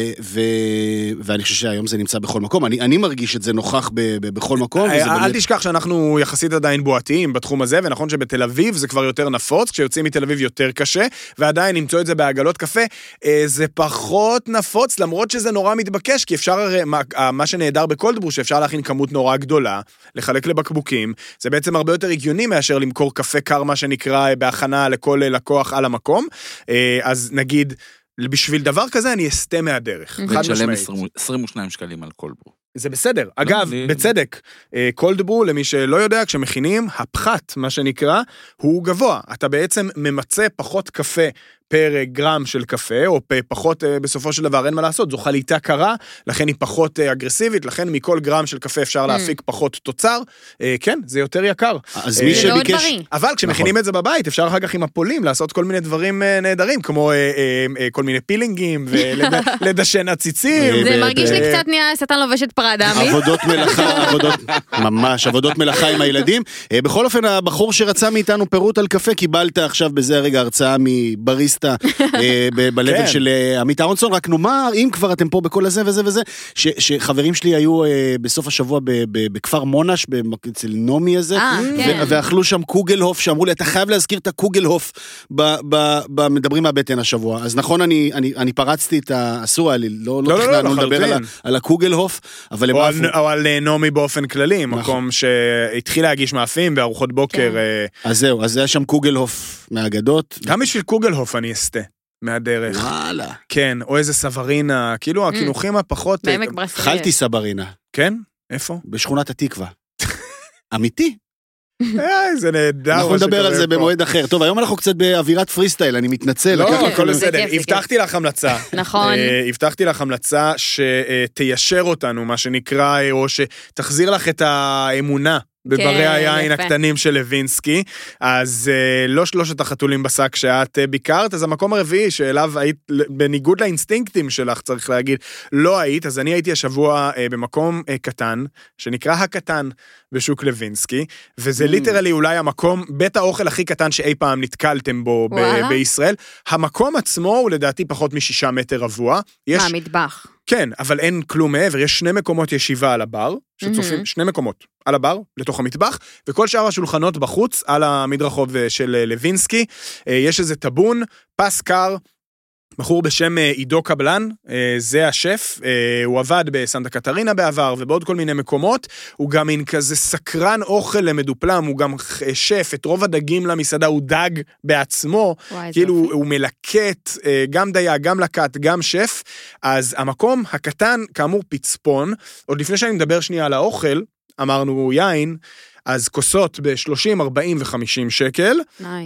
ואני חושב שהיום זה נמצא בכל מקום. אני מרגיש את זה נוכח בכל מקום. אל תשכח שאנחנו יחסית עדיין בועתיים בתחום הזה, ונכון שבתל אביב זה כבר יותר נפוץ, כשיוצאים מתל אביב יותר קשה, ועדיין למצוא את זה בעגלות קפה, זה פחות נפוץ, למרות שזה נורא מתבקש, כי אפשר הרי, מה, מה שנהדר בקולד ברו, שאפשר להכין כמות נורא גדולה, לחלק לבקבוקים, זה בעצם הרבה יותר הגיוני מאשר למכור קפה קר, מה שנקרא, בהכנה לכל לקוח על המקום, אז נגיד, בשביל דבר כזה אני אסתה מהדרך, חד משמעית. עשרים ושניים שקלים על קולד ברו. זה בסדר. אגב, בצדק, קולד ברו, למי שלא יודע, כשמכינים, הפחת, מה שנקרא, הוא גבוה. אתה בעצם ממצא פחות קפה פר גרם של קפה, או פחות, בסופו של דבר, אין מה לעשות. זו חליטה קרה, לכן היא פחות אגרסיבית, לכן מכל גרם של קפה אפשר להפיק פחות תוצר. כן, זה יותר יקר. אז מי שביקש... אבל כשמכינים את זה בבית, אפשר אחר כך עם הפולים לעשות כל מיני דברים נהדרים, כמו כל מיני פילינגים, ולדשן עציצים. זה מרגיש לי קצת נהיה שטן לובשת פרדה, עמית. עבודות מלאכה, עבודות, ממש, עבודות מלאכה עם הילדים. בכל אופן, הבחור שרצה מאיתנו פירוט על קפה, קיבלת עכשיו בזה הרגע הרצאה מבריסטה, בלבל של עמית אהרונסון, רק נאמר, אם כבר אתם פה בכל הזה וזה וזה, שחברים שלי היו בסוף השבוע בכפר מונש, אצל נומי הזה, ואכלו שם קוגלהוף, שאמרו לי, אתה חייב להזכיר את הקוגלהוף, מדברים מהבטן השבוע. אז נכון, אני פרצתי את האסור, לא תכננו לדבר על הקוגלהוף, אבל או על נומי באופן כללי, מקום שהתחיל להגיש מאפים בארוחות בוקר. אז זהו, אז היה שם קוגלהוף מהאגדות. גם בשביל קוגלהוף אני אסתה מהדרך. וואלה. כן, או איזה סברינה, כאילו הכינוחים הפחות... אכלתי סברינה. כן? איפה? בשכונת התקווה. אמיתי. זה נהדר. אנחנו נדבר על זה במועד אחר. טוב, היום אנחנו קצת באווירת פריסטייל, אני מתנצל. לא, הכל בסדר. הבטחתי לך המלצה. נכון. הבטחתי לך המלצה שתיישר אותנו, מה שנקרא, או שתחזיר לך את האמונה בברי היין הקטנים של לוינסקי, אז לא שלושת החתולים בשק שאת ביקרת, אז המקום הרביעי שאליו היית, בניגוד לאינסטינקטים שלך, צריך להגיד, לא היית, אז אני הייתי השבוע במקום קטן, שנקרא הקטן בשוק לוינסקי, וזה ליטרלי אולי המקום, בית האוכל הכי קטן שאי פעם נתקלתם בו ב- בישראל, המקום עצמו הוא לדעתי פחות משישה מטר רבוע. יש... מה, מטבח? כן, אבל אין כלום מעבר, יש שני מקומות ישיבה על הבר, שצופים, שני מקומות על הבר, לתוך המטבח, וכל שאר השולחנות בחוץ, על המדרחוב של לוינסקי, יש איזה טבון, פס קר, בחור בשם עידו קבלן, זה השף, הוא עבד בסנטה קטרינה בעבר, ובעוד כל מיני מקומות, הוא גם מין כזה סקרן אוכל למדופלם, הוא גם שף, את רוב הדגים למסעדה, הוא דג בעצמו, כאילו הוא מלקט, גם דייג, גם לקט, גם שף, אז המקום הקטן, כאמור פצפון, עוד לפני שאני מדבר שנייה על האוכל, אמרנו יין, אז כוסות ב-שלושים, ארבעים ו-חמישים שקל,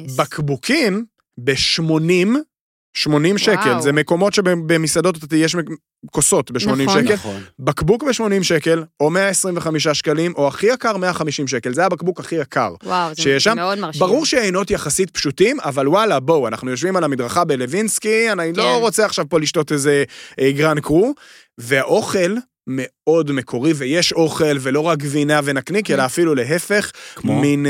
בקבוקים ב-שמונים שמונים שקל, זה מקומות שבמסעדות יש כוסות ב-שמונים שקל, בקבוק ב-שמונים שקל, או מאה עשרים וחמישה שקלים, או הכי יקר מאה וחמישים שקל, זה הבקבוק הכי יקר. וואו, זה מאוד מרשים. ברור שהעינות יחסית פשוטים, אבל וואלה, בואו, אנחנו יושבים על המדרכה בלוינסקי, אני לא רוצה עכשיו פה לשתות איזה גרן קרו, והאוכל מאוד מקורי, ויש אוכל, ולא רק גבינה ונקניק, אלא אפילו להפך, מין...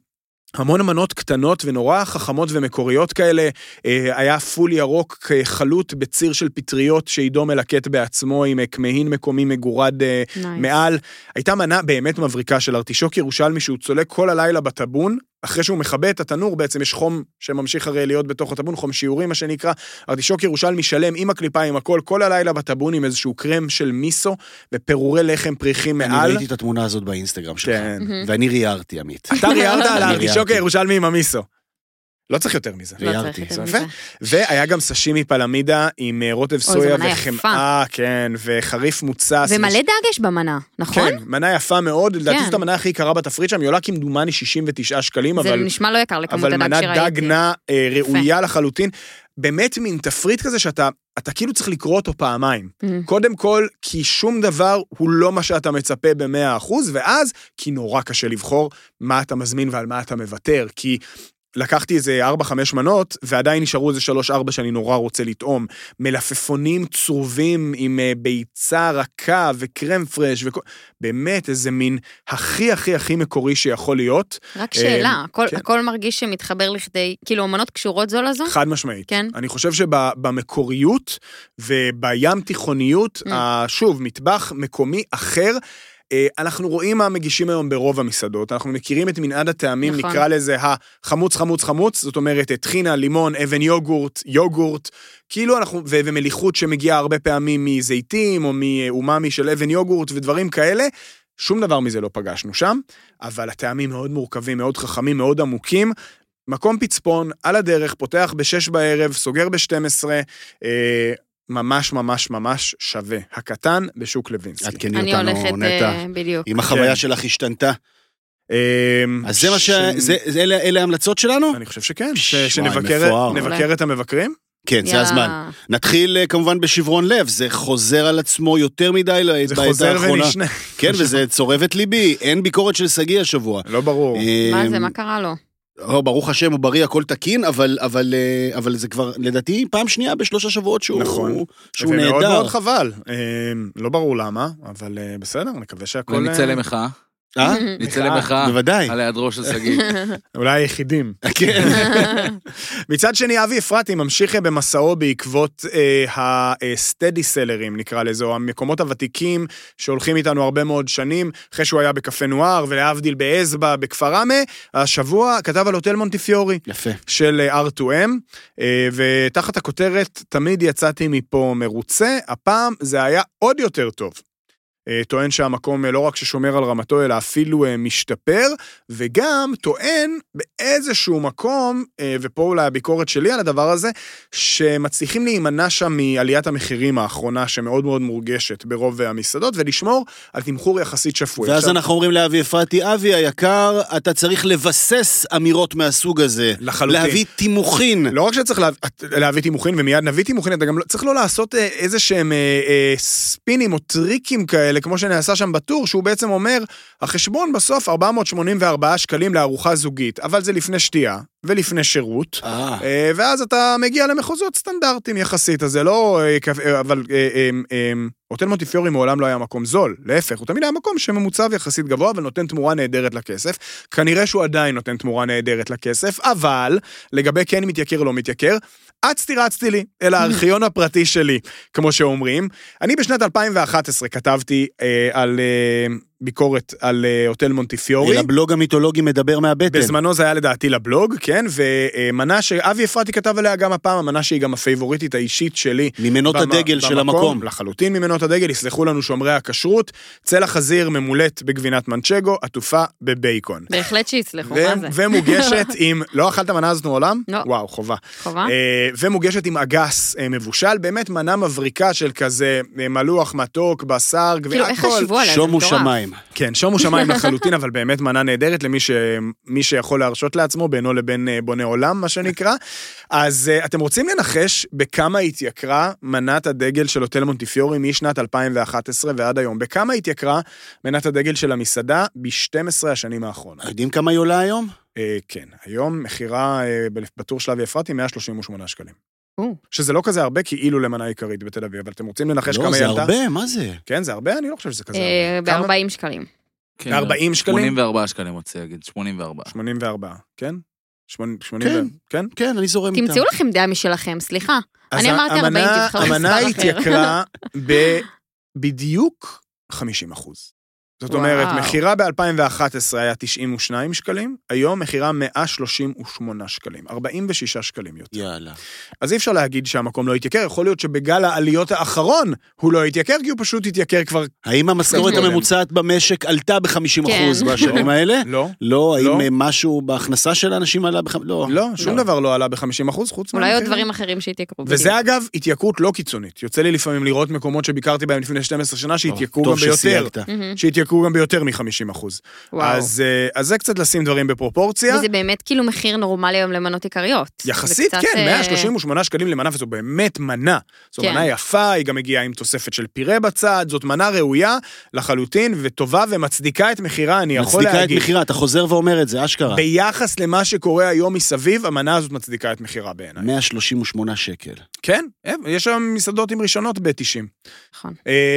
המון מנות קטנות ונורא חכמות ומקוריות כאלה, היה פול ירוק חלוט בציר של פטריות שעידו מלקט בעצמו עם כמהין מקומי מגורד nice. מעל, הייתה מנה באמת מבריקה של ארטישוק ירושלמי שהוא צולק כל הלילה בטבון, אחרי שהוא מכבה את התנור, בעצם יש חום שממשיך הרי להיות בתוך הטבון, חום שיעורי, מה שנקרא, ארטישוק ירושלמי שלם, עם הקליפה, עם הכל, כל הלילה בטבון, עם איזשהו קרם של מיסו, ופירורי לחם פריחים מעל. אני ראיתי את התמונה הזאת באינסטגרם שלך, כן. ואני ריארתי, עמית. אתה ריארת על הארטישוק הירושלמי עם המיסו. לא צריך יותר מזה. ריארתי. והיה גם סשימי פלמידה עם רוטב סויה וחמאה, כן, וחריף מוצס. ומלא דגש במנה, נכון? כן, מנה יפה מאוד, לדעתי זאת המנה הכי יקרה בתפריט שם, היא עולה כמדומני שישים ותשעה שקלים, זה נשמע לא יקר לכמות הדג שראיתי. אבל מנה דג נע ראויה לחלוטין, באמת מין תפריט כזה שאתה אתה כאילו צריך לקרוא אותו פעמיים. קודם כל, כי שום דבר הוא לא מה שאתה מצפה ב-מאה אחוז, ואז, כי נורא קשה לבחור מה אתה מזמין ועל מה אתה מוותר, כי לקחתי איזה ארבע חמש מנות, ועדיין נשארו איזה שלוש ארבע שאני נורא רוצה לטעום. מלפפונים צרובים עם ביצה רכה וקרם פרש, וכו... באמת איזה מין הכי הכי הכי מקורי שיכול להיות. רק שאלה, הכל, כן. הכל מרגיש שמתחבר לכדי, כאילו מנות קשורות זו לזו? חד משמעית. כן. אני חושב שבמקוריות ובים תיכוניות, mm. שוב, מטבח מקומי אחר, אנחנו רואים מה מגישים היום ברוב המסעדות, אנחנו מכירים את מנעד הטעמים, נכון. נקרא לזה החמוץ, חמוץ, חמוץ, זאת אומרת, טחינה, לימון, אבן יוגורט, יוגורט, כאילו אנחנו, ו- ומליחות שמגיעה הרבה פעמים מזיתים, או מאוממי של אבן יוגורט, ודברים כאלה, שום דבר מזה לא פגשנו שם, אבל הטעמים מאוד מורכבים, מאוד חכמים, מאוד עמוקים, מקום פצפון, על הדרך, פותח בשש בערב, סוגר בשתים עשרה, אה, ממש ממש ממש שווה. הקטן בשוק לוינסקי. עדכני אותנו, נטע. בדיוק. עם החוויה שלך השתנתה. אז זה מה ש... אלה ההמלצות שלנו? אני חושב שכן. שנבקר את המבקרים? כן, זה הזמן. נתחיל כמובן בשברון לב, זה חוזר על עצמו יותר מדי זה חוזר ונשנה. כן, וזה צורב את ליבי, אין ביקורת של סגי השבוע. לא ברור. מה זה, מה קרה לו? או, ברוך השם, הוא בריא, הכל תקין, אבל, אבל, אבל זה כבר, לדעתי, פעם שנייה בשלושה שבועות שהוא, נכון. שהוא נהדר. ומאוד מאוד חבל. לא ברור למה, אבל בסדר, נקווה שהכל... ונצא למחאה. אה? נצא למחאה. בוודאי. על היעדרו של סגי. אולי היחידים. כן. מצד שני, אבי אפרתי ממשיך במסעו בעקבות הסטדי סלרים, נקרא לזה, או המקומות הוותיקים שהולכים איתנו הרבה מאוד שנים, אחרי שהוא היה בקפה נואר, ולהבדיל באזבא, בכפר רמה, השבוע כתב על הוטל מונטיפיורי. יפה. של אר טו אם, ותחת הכותרת, תמיד יצאתי מפה מרוצה, הפעם זה היה עוד יותר טוב. טוען שהמקום לא רק ששומר על רמתו, אלא אפילו משתפר, וגם טוען באיזשהו מקום, ופה אולי הביקורת שלי על הדבר הזה, שמצליחים להימנע שם מעליית המחירים האחרונה, שמאוד מאוד מורגשת ברוב המסעדות, ולשמור על תמחור יחסית שפוי. ואז אנחנו אומרים לאבי אפרתי, אבי היקר, אתה צריך לבסס אמירות מהסוג הזה. לחלוטין. להביא תימוכין. לא רק שצריך להביא תימוכין, ומיד נביא תימוכין, אתה גם צריך לא לעשות איזה שהם ספינים או טריקים כאלה, כמו שנעשה שם בטור, שהוא בעצם אומר, החשבון בסוף ארבע מאות שמונים וארבעה שקלים לארוחה זוגית, אבל זה לפני שתייה ולפני שירות, ואז אתה מגיע למחוזות סטנדרטיים יחסית, אז זה לא, אבל הוטל מונטיפיורי מעולם לא היה מקום זול, להפך, הוא תמיד היה מקום שממוצב יחסית גבוה, אבל נותן תמורה נהדרת לכסף, כנראה שהוא עדיין נותן תמורה נהדרת לכסף, אבל לגבי כן מתייקר או לא מתייקר, עצתי רצתי לי, אל הארכיון הפרטי שלי, כמו שאומרים. אני בשנת אלפיים ואחת עשרה כתבתי אה, על אה, ביקורת על אה, הוטל מונטיפיורי. הבלוג המיתולוגי מדבר מהבטן. בזמנו זה היה לדעתי לבלוג, כן, ומנה שאבי אפרתי כתב עליה גם הפעם, המנה שהיא גם הפייבוריטית האישית שלי. ממנות במ... הדגל במקום, של המקום. לחלוטין ממנות הדגל, יסלחו לנו שומרי הכשרות, צלע חזיר ממולט בגבינת מנצ'גו, עטופה בבייקון. בהחלט שיצלחו, ו- מה זה? ומוגשת עם, לא אכלת מנה הזאת מעולם? לא. וואו, חובה. חובה? אה, ומוגשת עם אגס אה, מבושל, באמת מנה מבריקה של כזה אה, מלוח, מתוק, בשר, כאילו, איך חשבו עליה? שומו שמיים. כן, שומו שמיים לחלוטין, אבל באמת מנה נהדרת למי ש... מי שיכול להרשות לעצמו, בינו לבין בוני עולם, מה שנקרא. אז uh, אתם רוצים לנחש בכמה התייקרה מנת הדגל של הוטל מונטיפיורי משנת אלפיים ואחת עשרה ועד היום? בכמה התייקרה מנת הדגל של המסעדה ב-שתים עשרה השנים האחרונות? יודעים כמה היא עולה היום? Uh, כן, היום מחירה uh, בטור של אבי אפרתי מאה שלושים ושמונה שקלים. שזה לא כזה הרבה, כאילו למנה עיקרית בתל אביב, אבל אתם רוצים לנחש כמה היא עלתה? לא, זה הרבה, מה זה? כן, זה הרבה, אני לא חושב שזה כזה הרבה. ב-ארבעים שקלים. ב-ארבעים שקלים? שמונים וארבעה שקלים, רוצה להגיד, שמונים וארבעה. שמונים וארבעה, כן? כן, כן, אני זורם איתם. תמצאו לכם דעה משלכם, סליחה. אני אמרתי ארבעים, תבחרו מספר אחר. המנה התייקרה בדיוק חמישים אחוז. זאת אומרת, מחירה ב-אלפיים ואחת עשרה היה תשעים ושניים שקלים, היום מחירה מאה שלושים ושמונה שקלים, ארבעים ושישה שקלים יותר. יאללה. אז אי אפשר להגיד שהמקום לא יתייקר, יכול להיות שבגל העליות האחרון הוא לא יתייקר, כי הוא פשוט יתייקר כבר... האם המשכורת הממוצעת במשק עלתה ב-חמישים אחוז בשנים האלה? לא. לא, האם משהו בהכנסה של האנשים עלה ב-חמישים אחוז? לא. לא, שום דבר לא עלה ב-חמישים אחוז, חוץ אולי עוד דברים אחרים שהתייקרו. וזה אגב, התייקרות לא קיצונית. יוצא לי לפעמים לראות מקומות שביקרתי בהם לפני שתים עשרה שנה, שהתייקרו גם ביותר. שהתייקרו גם ביותר מ-חמישים אחוז. אז זה קצת לשים דברים בפרופורציה. וזה באמת כאילו מחיר נורמלי היום למנות עיקריות. יחסית, כן, מאה שלושים ושמונה שקלים למנה, וזו באמת מנה. זו מנה יפה, היא גם מגיעה עם תוספת של פירה בצד, זאת מנה ראויה לחלוטין, וטובה ומצדיקה את מחירה, אני יכול להגיד. מצדיקה את מחירה, אתה חוזר ואומר את זה, אשכרה. ביחס למה שקורה היום מסביב, המנה הזאת מצדיקה את מחירה בעיניי. מאה שלושים ושמונה שקל. כן, יש שם מסעדות עם ראשונות ב-תשעים. נכון.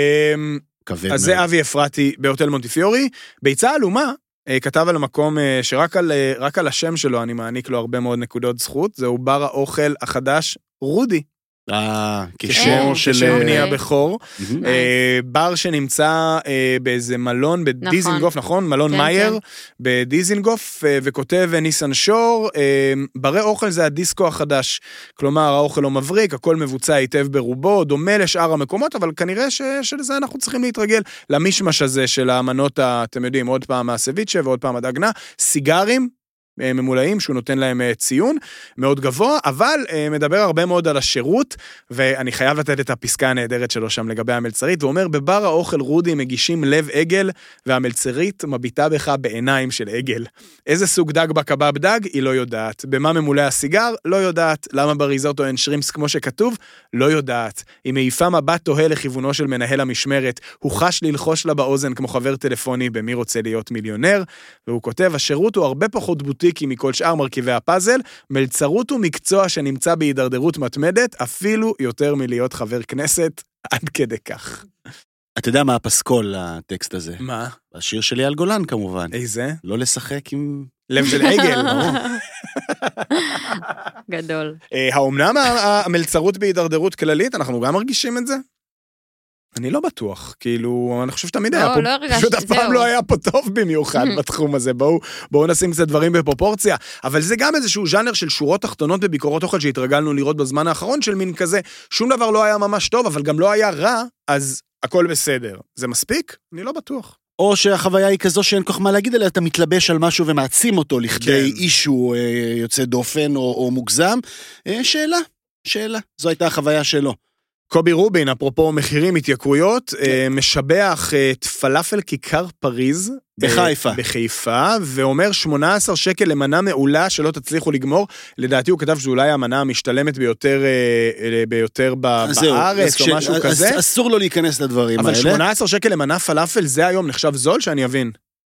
אז זה אבי אפרתי בהוטל מונטיפיורי. ביצה אלומה, כתב על המקום שרק על, רק על השם שלו אני מעניק לו הרבה מאוד נקודות זכות, זהו בר האוכל החדש רודי. אה, כשם של בנייה בחור. בר שנמצא באיזה מלון בדיזינגוף, נכון? מלון מאייר בדיזינגוף, וכותב ניסן שור, ברי אוכל זה הדיסקו החדש. כלומר, האוכל לא מבריק, הכל מבוצע היטב ברובו, דומה לשאר המקומות, אבל כנראה שלזה אנחנו צריכים להתרגל למשמש הזה של האמנות, אתם יודעים, עוד פעם הסביצ'ה ועוד פעם הדגנה, סיגרים, ממולאים, שהוא נותן להם ציון מאוד גבוה, אבל מדבר הרבה מאוד על השירות, ואני חייב לתת את הפסקה הנהדרת שלו שם לגבי המלצרית, הוא אומר, בבר האוכל רודי מגישים לב עגל, והמלצרית מביטה בך בעיניים של עגל. איזה סוג דג בקבב דג? היא לא יודעת. במה ממולא הסיגר? לא יודעת. למה בריזוטו אין שרימפס כמו שכתוב? לא יודעת. היא מעיפה מבט תוהה לכיוונו של מנהל המשמרת, הוא חש ללחוש לה באוזן כמו חבר טלפוני במי רוצה להיות מיליונר, והוא כותב, השירות הוא הרבה פחות בוטיקי מכל שאר מרכיבי הפאזל, מלצרות הוא מקצוע שנמצא בהידרדרות מתמדת, אפילו יותר מלהיות חבר כנסת, עד כדי כך. אתה יודע מה הפסקול לטקסט הזה? מה? השיר שלי על גולן כמובן. איזה? לא לשחק עם... לב של עגל. גדול. האומנם המלצרות בהידרדרות כללית, אנחנו גם מרגישים את זה? אני לא בטוח, כאילו, אני חושב שתמיד היה פה, לא הרגשתי, פשוט אף פעם לא היה פה טוב במיוחד בתחום הזה, בואו, בואו נשים קצת דברים בפרופורציה, אבל זה גם איזשהו ז'אנר של שורות תחתונות בביקורות אוכל שהתרגלנו לראות בזמן האחרון של מין כזה, שום דבר לא היה ממש טוב, אבל גם לא היה רע, אז הכל בסדר. זה מספיק? אני לא בטוח. או שהחוויה היא כזו שאין כך מה להגיד עליה, אתה מתלבש על משהו ומעצים אותו לכדי כן. אישו אה, יוצא דופן או, או מוגזם. אה, שאלה, שאלה. זו הייתה החוויה שלו. קובי רובין, אפרופו מחירים, התייקרויות, כן. משבח את פלאפל כיכר פריז. בחיפה. בחיפה, ואומר שמונה עשרה שקל למנה מעולה שלא תצליחו לגמור. לדעתי הוא כתב שאולי המנה המשתלמת ביותר, ביותר בארץ או משהו כזה. אסור לו להיכנס לדברים האלה. אבל שמונה עשרה שקל למנה פלאפל, זה היום נחשב זול שאני אבין.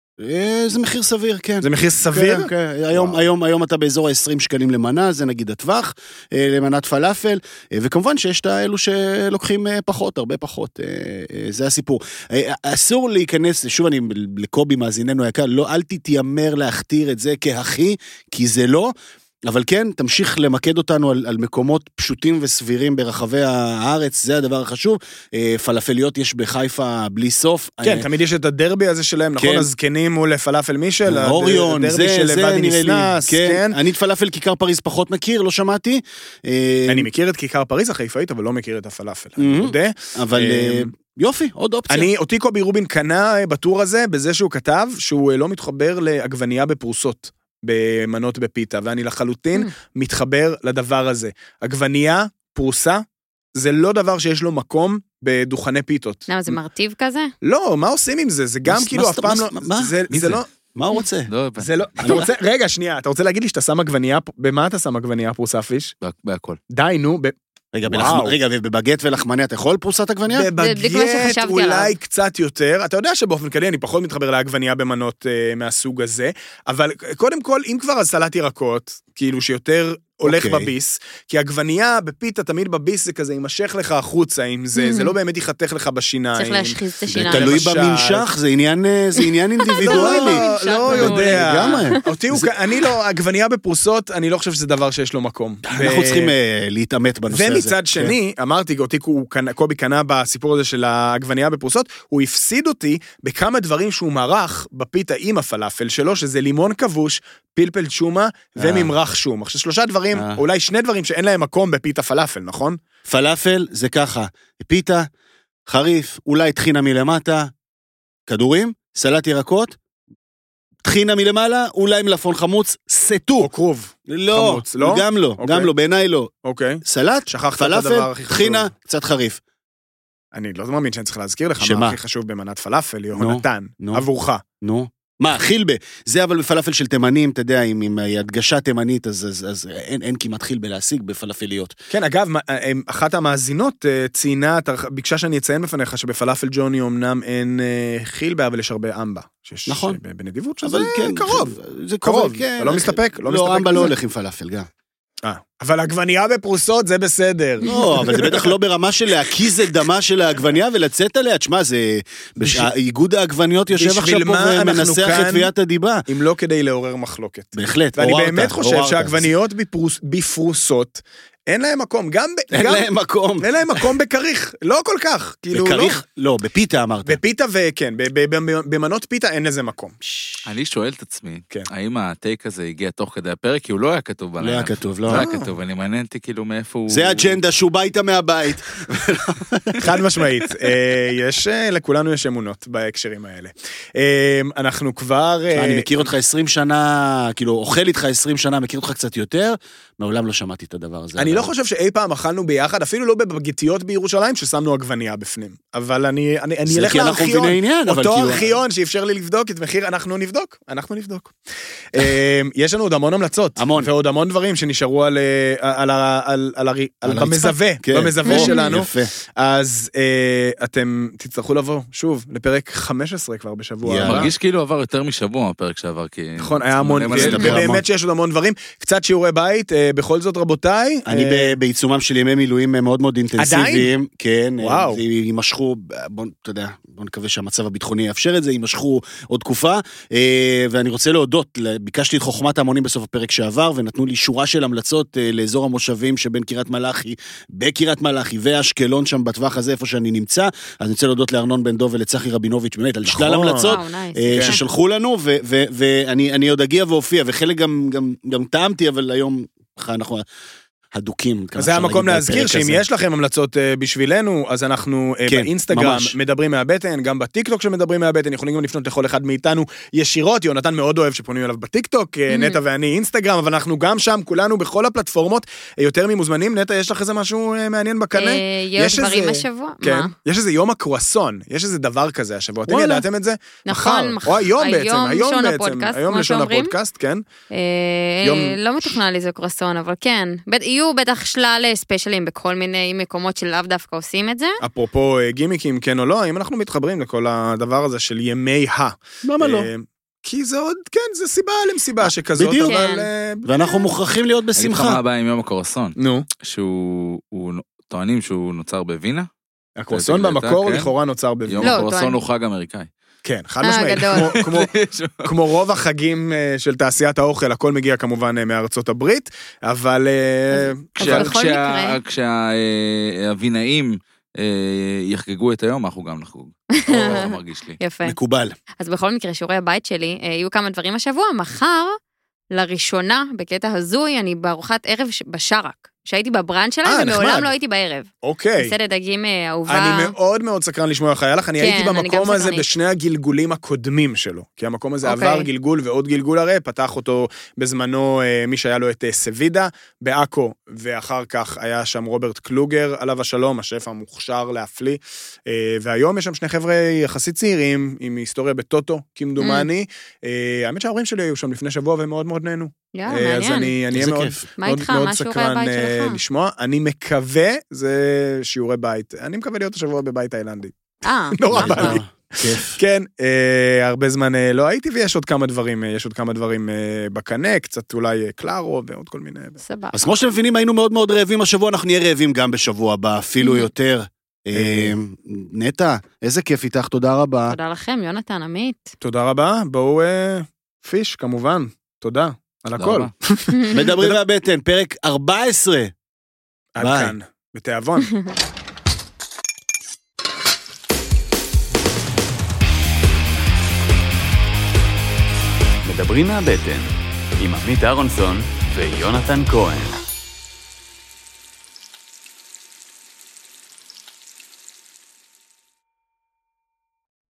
זה מחיר סביר, כן. זה מחיר סביר? כן, כן. היום, היום, היום אתה באזור ה-עשרים שקלים למנה, זה נגיד הטווח, למנת פלאפל, וכמובן שיש את האלו שלוקחים פחות, הרבה פחות, זה הסיפור. אסור להיכנס, שוב אני, לקובי מאזיננו היקר, לא, אל תתיימר להכתיר את זה כהכי, כי זה לא, אבל כן, תמשיך למקד אותנו על, על מקומות פשוטים וסבירים ברחבי הארץ, זה הדבר החשוב. פלאפליות יש בחיפה בלי סוף. כן, תמיד יש את הדרבי הזה שלהם, נכון? הזקנים מול פלאפל מישל, אוריון, זה, זה נראה לי. כן. אני את פלאפל כיכר פריז פחות מכיר, לא שמעתי. אני מכיר את כיכר פריז החיפאית, אבל לא מכיר את הפלאפל. אני מודה. אבל... יופי, עוד אופציה. אני, אותי קובי רובין קנה בטור הזה, בזה שהוא כתב, שהוא לא מתחבר לעגבנייה בפרוסות. במנות בפיתה, ואני לחלוטין מתחבר לדבר הזה. עגבנייה, פרוסה, זה לא דבר שיש לו מקום בדוכני פיתות. למה, זה מרטיב כזה? לא, מה עושים עם זה? זה גם כאילו אף פעם לא... זה לא... מה הוא רוצה? זה לא... אתה רוצה... רגע, שנייה, אתה רוצה להגיד לי שאתה שם עגבנייה... במה אתה שם עגבנייה פרוסה פיש? בהכל. די, נו, ב... רגע, רגע, ובבגט ולחמניה, אתה יכול פרוסת עגבניה? בבגט אולי קצת יותר. אתה יודע שבאופן כללי אני פחות מתחבר לעגבניה במנות מהסוג הזה, אבל קודם כל, אם כבר אז סלט ירקות, כאילו שיותר הולך אוקיי. בביס, כי עגבנייה בפיתה תמיד בביס זה כזה יימשך לך החוצה, אם זה, זה לא באמת ייחתך לך בשיניים. צריך להשחיז את השיניים. תלוי למשל. בממשך, זה עניין, זה עניין אינדיבידואלי. לא, לא יודע. לגמרי. אותי הוא, אני לא, עגבנייה בפרוסות, אני לא חושב שזה דבר שיש לו מקום. אנחנו צריכים להתאמת בנושא הזה. ומצד שני, אמרתי, אותי קובי קנה בסיפור הזה של העגבנייה בפרוסות, הוא הפסיד אותי בכמה דברים שהוא מרח בפיתה עם הפלאפל שלו, שזה לימון כבוש, פלפל שומה וממרח שום. עכשיו שלושה דברים, אולי שני דברים שאין להם מקום בפיתה פלאפל, נכון? פלאפל זה ככה, פיתה, חריף, אולי תחינה מלמטה, כדורים, סלט ירקות, תחינה מלמעלה, אולי מלפון חמוץ, סטו. או כרוב. לא, חמוץ, לא? גם לא, אוקיי. גם לא, בעיניי לא. אוקיי. סלט, שכחת את פלאפל, הדבר הכי חשוב. תחינה, קצת חריף. אני לא מאמין שאני צריך להזכיר לך שמה? מה הכי חשוב במנת פלאפל, יהונתן, נו. עבורך. נו. מה, חילבה, זה אבל בפלאפל של תימנים, אתה יודע, עם, עם הדגשה תימנית, אז, אז, אז אין, אין כמעט חילבה להשיג בפלאפליות. כן, אגב, אחת המאזינות ציינה, ביקשה שאני אציין בפניך, שבפלאפל ג'וני אמנם אין חילבה, אבל יש הרבה אמבה. שיש נכון. בנדיבות, שזה כן, קרוב. זה קרוב, כן. אתה לא מסתפק? לא, לא, מסתפק אמבה בזה. לא הולך עם פלאפל, גם. אה, אבל עגבנייה בפרוסות זה בסדר. לא, אבל זה בטח לא ברמה של להקיז את דמה של העגבנייה ולצאת עליה. תשמע, זה... איגוד העגבניות יושב עכשיו פה ומנסח את תביעת הדיבה. אם לא כדי לעורר מחלוקת. בהחלט, ואני עוררת, באמת חושב עוררת. שעגבניות בפרוס, בפרוסות, אין להם מקום, גם... ב- אין גם- להם מקום. אין להם מקום בקריך, לא כל כך. כאילו, בכריך? לא, בפיתה אמרת. לא. בפיתה וכן, ב- ב- ב- במנות פיתה אין לזה מקום. אני שואל את עצמי, כן. האם הטייק הזה הגיע תוך כדי הפרק, כי הוא לא היה כתוב בלייב. לא היה כתוב, לא. לא היה כתוב, אני מעניין אותי כאילו מאיפה הוא... זה אג'נדה שהוא בא איתה מהבית. חד משמעית, אה, יש, אה, לכולנו יש אמונות בהקשרים האלה. אה, אנחנו כבר... אה, אני מכיר אותך עשרים שנה, כאילו, אוכל איתך עשרים שנה, מכיר אותך קצת יותר, מעולם לא שמעתי את הדבר הזה. אני לא חושב שאי פעם אכלנו ביחד, אפילו לא בבגטיות בירושלים, ששמנו עגבנייה בפנים. אבל אני, אני, אני זה אלך כי אנחנו לארכיון, מביני עניין, אבל אותו כאילו- ארכיון שאפשר לי לבדוק את מחיר, אנחנו נבדוק, אנחנו נבדוק. אה, יש לנו עוד המון המלצות. המון. ועוד המון דברים שנשארו על, אה, על, ה- על, על, הרי- על, על הרצפה. במזווה, כן. במזווה או, שלנו. יפה. אז אה, אתם תצטרכו לבוא, שוב, לפרק חמש עשרה כבר בשבוע. יאללה. הבא. מרגיש כאילו עבר יותר משבוע הפרק שעבר, כי... נכון, היה המון, מלא מלא ו- דבר. ובאמת שיש עוד המון דברים. קצת שיעורי בית, אה, בכל זאת רבותיי. אני אה, ב- בעיצומם של ימי מילואים מאוד מאוד אינטנסיביים. כן. וואו. זה יימשכו, בוא, אתה יודע, בוא נקווה שהמצב הביטחוני יאפשר את זה, יימשכו עוד תקופה, אה, ואני רוצה להודות, ביקשתי את חוכמת ההמונים בסוף הפרק שעבר, ונתנו לי שורה של המלצות אה, לאזור המושבים שבין קירת מלאכי, בקירת מלאכי ואשקלון שם בטווח הזה, איפה שאני נמצא, אז אני רוצה להודות לארנון בן דוב ולצחי רבינוביץ' באמת, על שלל נכון. המלצות וואו, נייס. אה, כן. ששלחו לנו, ו- ו- ואני אני עוד אגיע ואופיע, וחלק גם, גם, גם טעמתי, אבל היום אנחנו הדוקים. אז זה המקום להזכיר שאם יש לכם המלצות uh, בשבילנו, אז אנחנו uh, כן, באינסטגרם ממש. מדברים מהבטן, גם בטיקטוק שמדברים מהבטן, יכולים גם לפנות לכל אחד מאיתנו ישירות, יונתן מאוד אוהב שפונים אליו בטיקטוק, mm. נטע ואני אינסטגרם, אבל אנחנו גם שם, כולנו בכל הפלטפורמות, יותר ממוזמנים. נטע, יש לך איזה משהו uh, מעניין בקנה? אה, יש יש דברים איזה- השבוע? כן, מה? יש איזה יום הקרואסון, יש איזה דבר כזה השבוע, אתם וואלה. ידעתם את זה? נכון, מחר, או היום בעצם, היום היום לשון בעצם, הפודקאסט, היום כמו לשון שאומרים. הפודקאסט, כן. אה, יום- לא מתוכנן לזה קרואסון, אבל כן. בט- יהיו בטח שלל ספיישלים בכל מיני מקומות שלאו דווקא עושים את זה. אפרופו אה, גימיקים, כן או לא, האם אנחנו מתחברים לכל הדבר הזה של ימי ה... למה לא? אה, כי זה עוד, כן, זה סיבה למסיבה שכזאת, בדיוק. אבל... כן. אה, ואנחנו מוכרחים להיות אני אגיד לך מה בשמחה. הבעיה עם יום הקורסון, נו, שהוא הוא- טוענים שהוא נוצר בווינה, הקרואסון אתה במקור כן? לכאורה נוצר בווינה. יום לא, הקורסון טוען. הוא חג אמריקאי. כן, חד אה, משמעית. גדול. כמו- כמו- כמו רוב החגים אה, של תעשיית האוכל, הכל מגיע כמובן אה, מארצות הברית, אבל... אה, כשה- בכל כשה- מקרה- כשהווינאים יחגגו את היום, אנחנו גם נחגוג. ככה מרגיש לי. יפה. מקובל. אז בכל מקרה, שיעורי הבית שלי, אה, יהיו כמה דברים השבוע. מחר, לראשונה, בקטע הזוי, אני בארוחת ערב ש- בשרק. שהייתי בברנץ' שלהם, אה, ומעולם נחמד. לא הייתי בערב. אוקיי. מסעדת דגים אה, אהובה. אני מאוד מאוד סקרן לשמוע איך היה לך, אני כן, הייתי אני במקום גם הזה סקרנית. בשני הגלגולים הקודמים שלו, כי המקום הזה אוקיי. עבר גלגול ועוד גלגול הרי, פתח אותו בזמנו אה, מי שהיה לו את אה, סבידה בעכו, ואחר כך היה שם רוברט קלוגר, עליו השלום, השף המוכשר להפליא, אה, והיום יש שם שני חבר'ה יחסית צעירים, עם היסטוריה בטוטו, כמדומני, אה, האמת שההורים שלי היו שם לפני שבוע והם מאוד מאוד נהנו. יאללה, אה, אז מעניין. אני אני אהיה איזה מאוד כיף. מה מאוד- איתך? מאוד מה שיעורי סקרן, הבית אה, שלך? לשמוע. אני מקווה, זה שיעורי בית, אני מקווה להיות השבוע בבית תאילנדי. אה, נורא אחלה. בא לי. כיף. כן, אה, הרבה זמן אה, לא הייתי, ויש עוד כמה דברים, אה, יש עוד כמה דברים אה, בקנה, קצת אולי אה, קלארו ועוד כל מיני. סבבה. אז כמו שאתם מבינים, היינו מאוד מאוד רעבים השבוע, אנחנו נהיה רעבים גם בשבוע הבא, אפילו יותר. אה, נטע, איזה כיף איתך, תודה רבה. תודה לכם, יונתן, עמית. תודה רבה, בואו אה, פיש, כמובן, תודה על תודה הכל. רבה. מדברים מהבטן, פרק ארבע עשרה. עד ביי. כאן, בתיאבון. מדברים מהבטן, עם עמית אהרונסון ויונתן כהן.